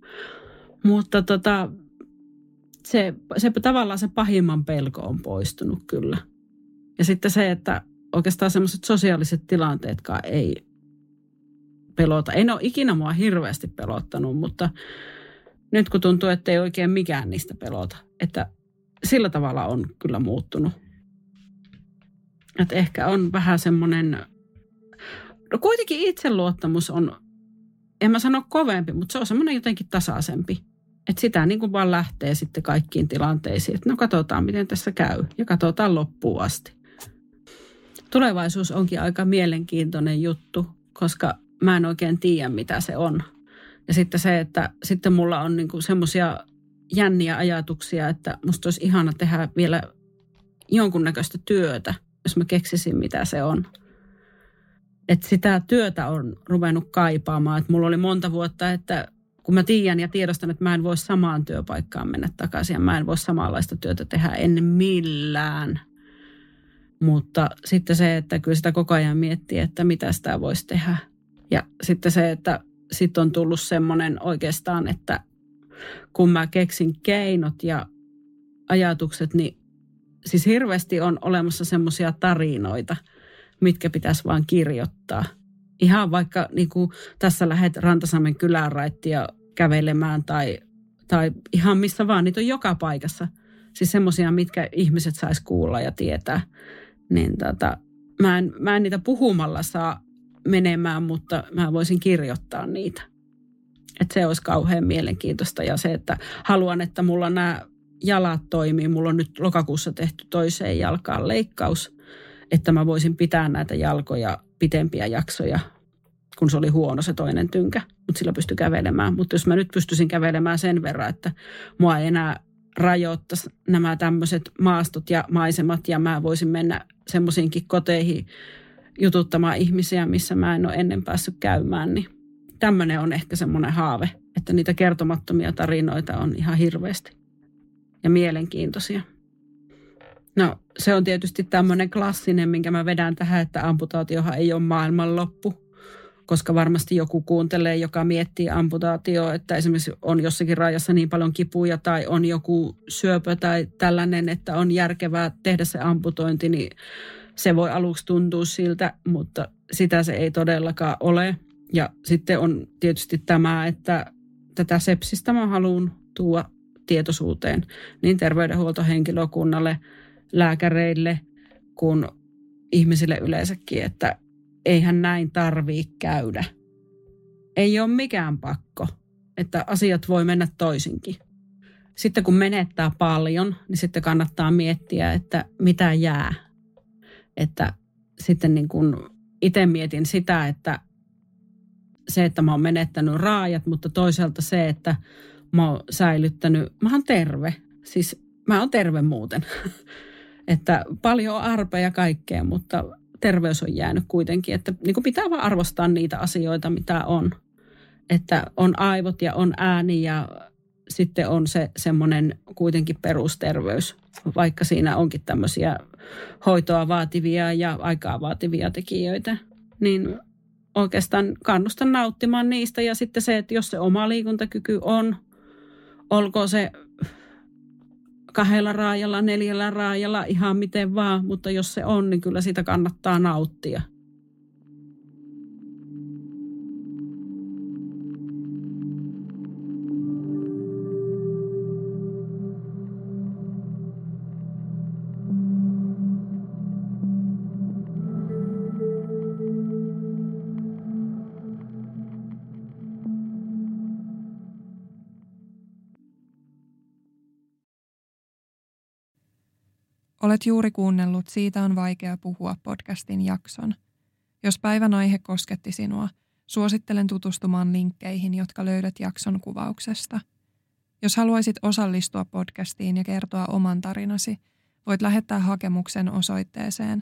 se tavallaan se pahimman pelko on poistunut kyllä. Ja sitten se, että oikeastaan semmoiset sosiaaliset tilanteetkaan ei pelota. En ole ikinä mua hirveästi pelottanut, mutta nyt kun tuntuu, että ei oikein mikään niistä pelota. Että sillä tavalla on kyllä muuttunut. Että ehkä on vähän semmoinen, no kuitenkin itseluottamus on, en mä sano kovempi, mutta se on semmoinen jotenkin tasaisempi. Että sitä niin kuin vaan lähtee sitten kaikkiin tilanteisiin. Että no katsotaan, miten tässä käy ja katsotaan loppuun asti. Tulevaisuus onkin aika mielenkiintoinen juttu, koska mä en oikein tiedä, mitä se on. Ja sitten se, että sitten mulla on niinku semmoisia jänniä ajatuksia, että musta olisi ihana tehdä vielä jonkunnäköistä työtä, jos mä keksisin, mitä se on. Että sitä työtä on ruvennut kaipaamaan. Että mulla oli monta vuotta, että kun mä tiedän ja tiedostan, että mä en voi samaan työpaikkaan mennä takaisin ja mä en voi samanlaista työtä tehdä ennen millään. Mutta sitten se, että kyllä sitä koko ajan miettii, että mitä sitä voisi tehdä. Ja sitten se, että sitten on tullut semmoinen oikeastaan, että kun mä keksin keinot ja ajatukset, niin siis hirveästi on olemassa semmoisia tarinoita, mitkä pitäisi vaan kirjoittaa. Ihan vaikka niin kuin tässä lähdet Rantasalmen kylänraittia kävelemään tai ihan missä vaan, niitä on joka paikassa. Siis semmoisia, mitkä ihmiset sais kuulla ja tietää. Niin mä en niitä puhumalla saa menemään, mutta mä voisin kirjoittaa niitä. Että se olisi kauhean mielenkiintoista ja se, että haluan, että mulla nämä jalat toimii. Mulla on nyt lokakuussa tehty toiseen jalkaan leikkaus, että mä voisin pitää näitä jalkoja pitempiä jaksoja, kun se oli huono se toinen tynkä, mutta sillä pystyi kävelemään. Mutta jos mä nyt pystyisin kävelemään sen verran, että mua ei enää rajoittaisi nämä tämmöiset maastot ja maisemat ja mä voisin mennä semmoisiinkin koteihin jututtamaan ihmisiä, missä mä en ole ennen päässyt käymään, niin tämmöinen on ehkä semmoinen haave, että niitä kertomattomia tarinoita on ihan hirveästi ja mielenkiintoisia. No se on tietysti tämmöinen klassinen, minkä mä vedän tähän, että amputaatiohan ei ole maailmanloppu, koska varmasti joku kuuntelee, joka miettii amputaatioa, että esimerkiksi on jossakin rajassa niin paljon kipuja tai on joku syöpö tai tällainen, että on järkevää tehdä se amputointi, niin se voi aluksi tuntua siltä, mutta sitä se ei todellakaan ole. Ja sitten on tietysti tämä, että tätä sepsistä mä haluan tuoda tietoisuuteen niin terveydenhuoltohenkilökunnalle, lääkäreille kuin ihmisille yleensäkin, että eihän näin tarvitse käydä. Ei ole mikään pakko, että asiat voi mennä toisinkin. Sitten kun menettää paljon, niin sitten kannattaa miettiä, että mitä jää. Että sitten niin kuin itse mietin sitä, että se, että mä oon menettänyt raajat, mutta toisaalta se, että mä oon säilyttänyt, mä oon terve. Siis mä oon terve muuten. Että paljon on arpeja ja kaikkea, mutta terveys on jäänyt kuitenkin. Että niin kuin pitää vaan arvostaa niitä asioita, mitä on. Että on aivot ja on ääni ja sitten on se semmoinen kuitenkin perusterveys, vaikka siinä onkin tämmöisiä hoitoa vaativia ja aikaa vaativia tekijöitä. Niin oikeastaan kannustan nauttimaan niistä ja sitten se, että jos se oma liikuntakyky on, olkoon se 2 raajalla, 4 raajalla, ihan miten vaan, mutta jos se on, niin kyllä sitä kannattaa nauttia. Olet juuri kuunnellut Siitä on vaikea puhua podcastin jakson. Jos päivän aihe kosketti sinua, suosittelen tutustumaan linkkeihin, jotka löydät jakson kuvauksesta. Jos haluaisit osallistua podcastiin ja kertoa oman tarinasi, voit lähettää hakemuksen osoitteeseen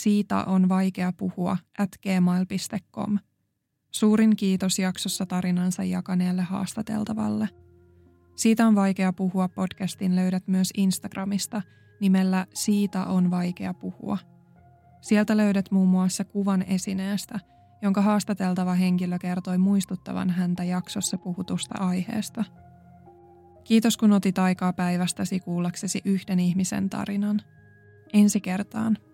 siitäonvaikeapuhua@gmail.com. Suurin kiitos jaksossa tarinansa jakaneelle haastateltavalle. Siitä on vaikea puhua podcastin löydät myös Instagramista nimellä Siitä on vaikea puhua. Sieltä löydät muun muassa kuvan esineestä, jonka haastateltava henkilö kertoi muistuttavan häntä jaksossa puhutusta aiheesta. Kiitos kun otit aikaa päivästäsi kuullaksesi yhden ihmisen tarinan. Ensi kertaan.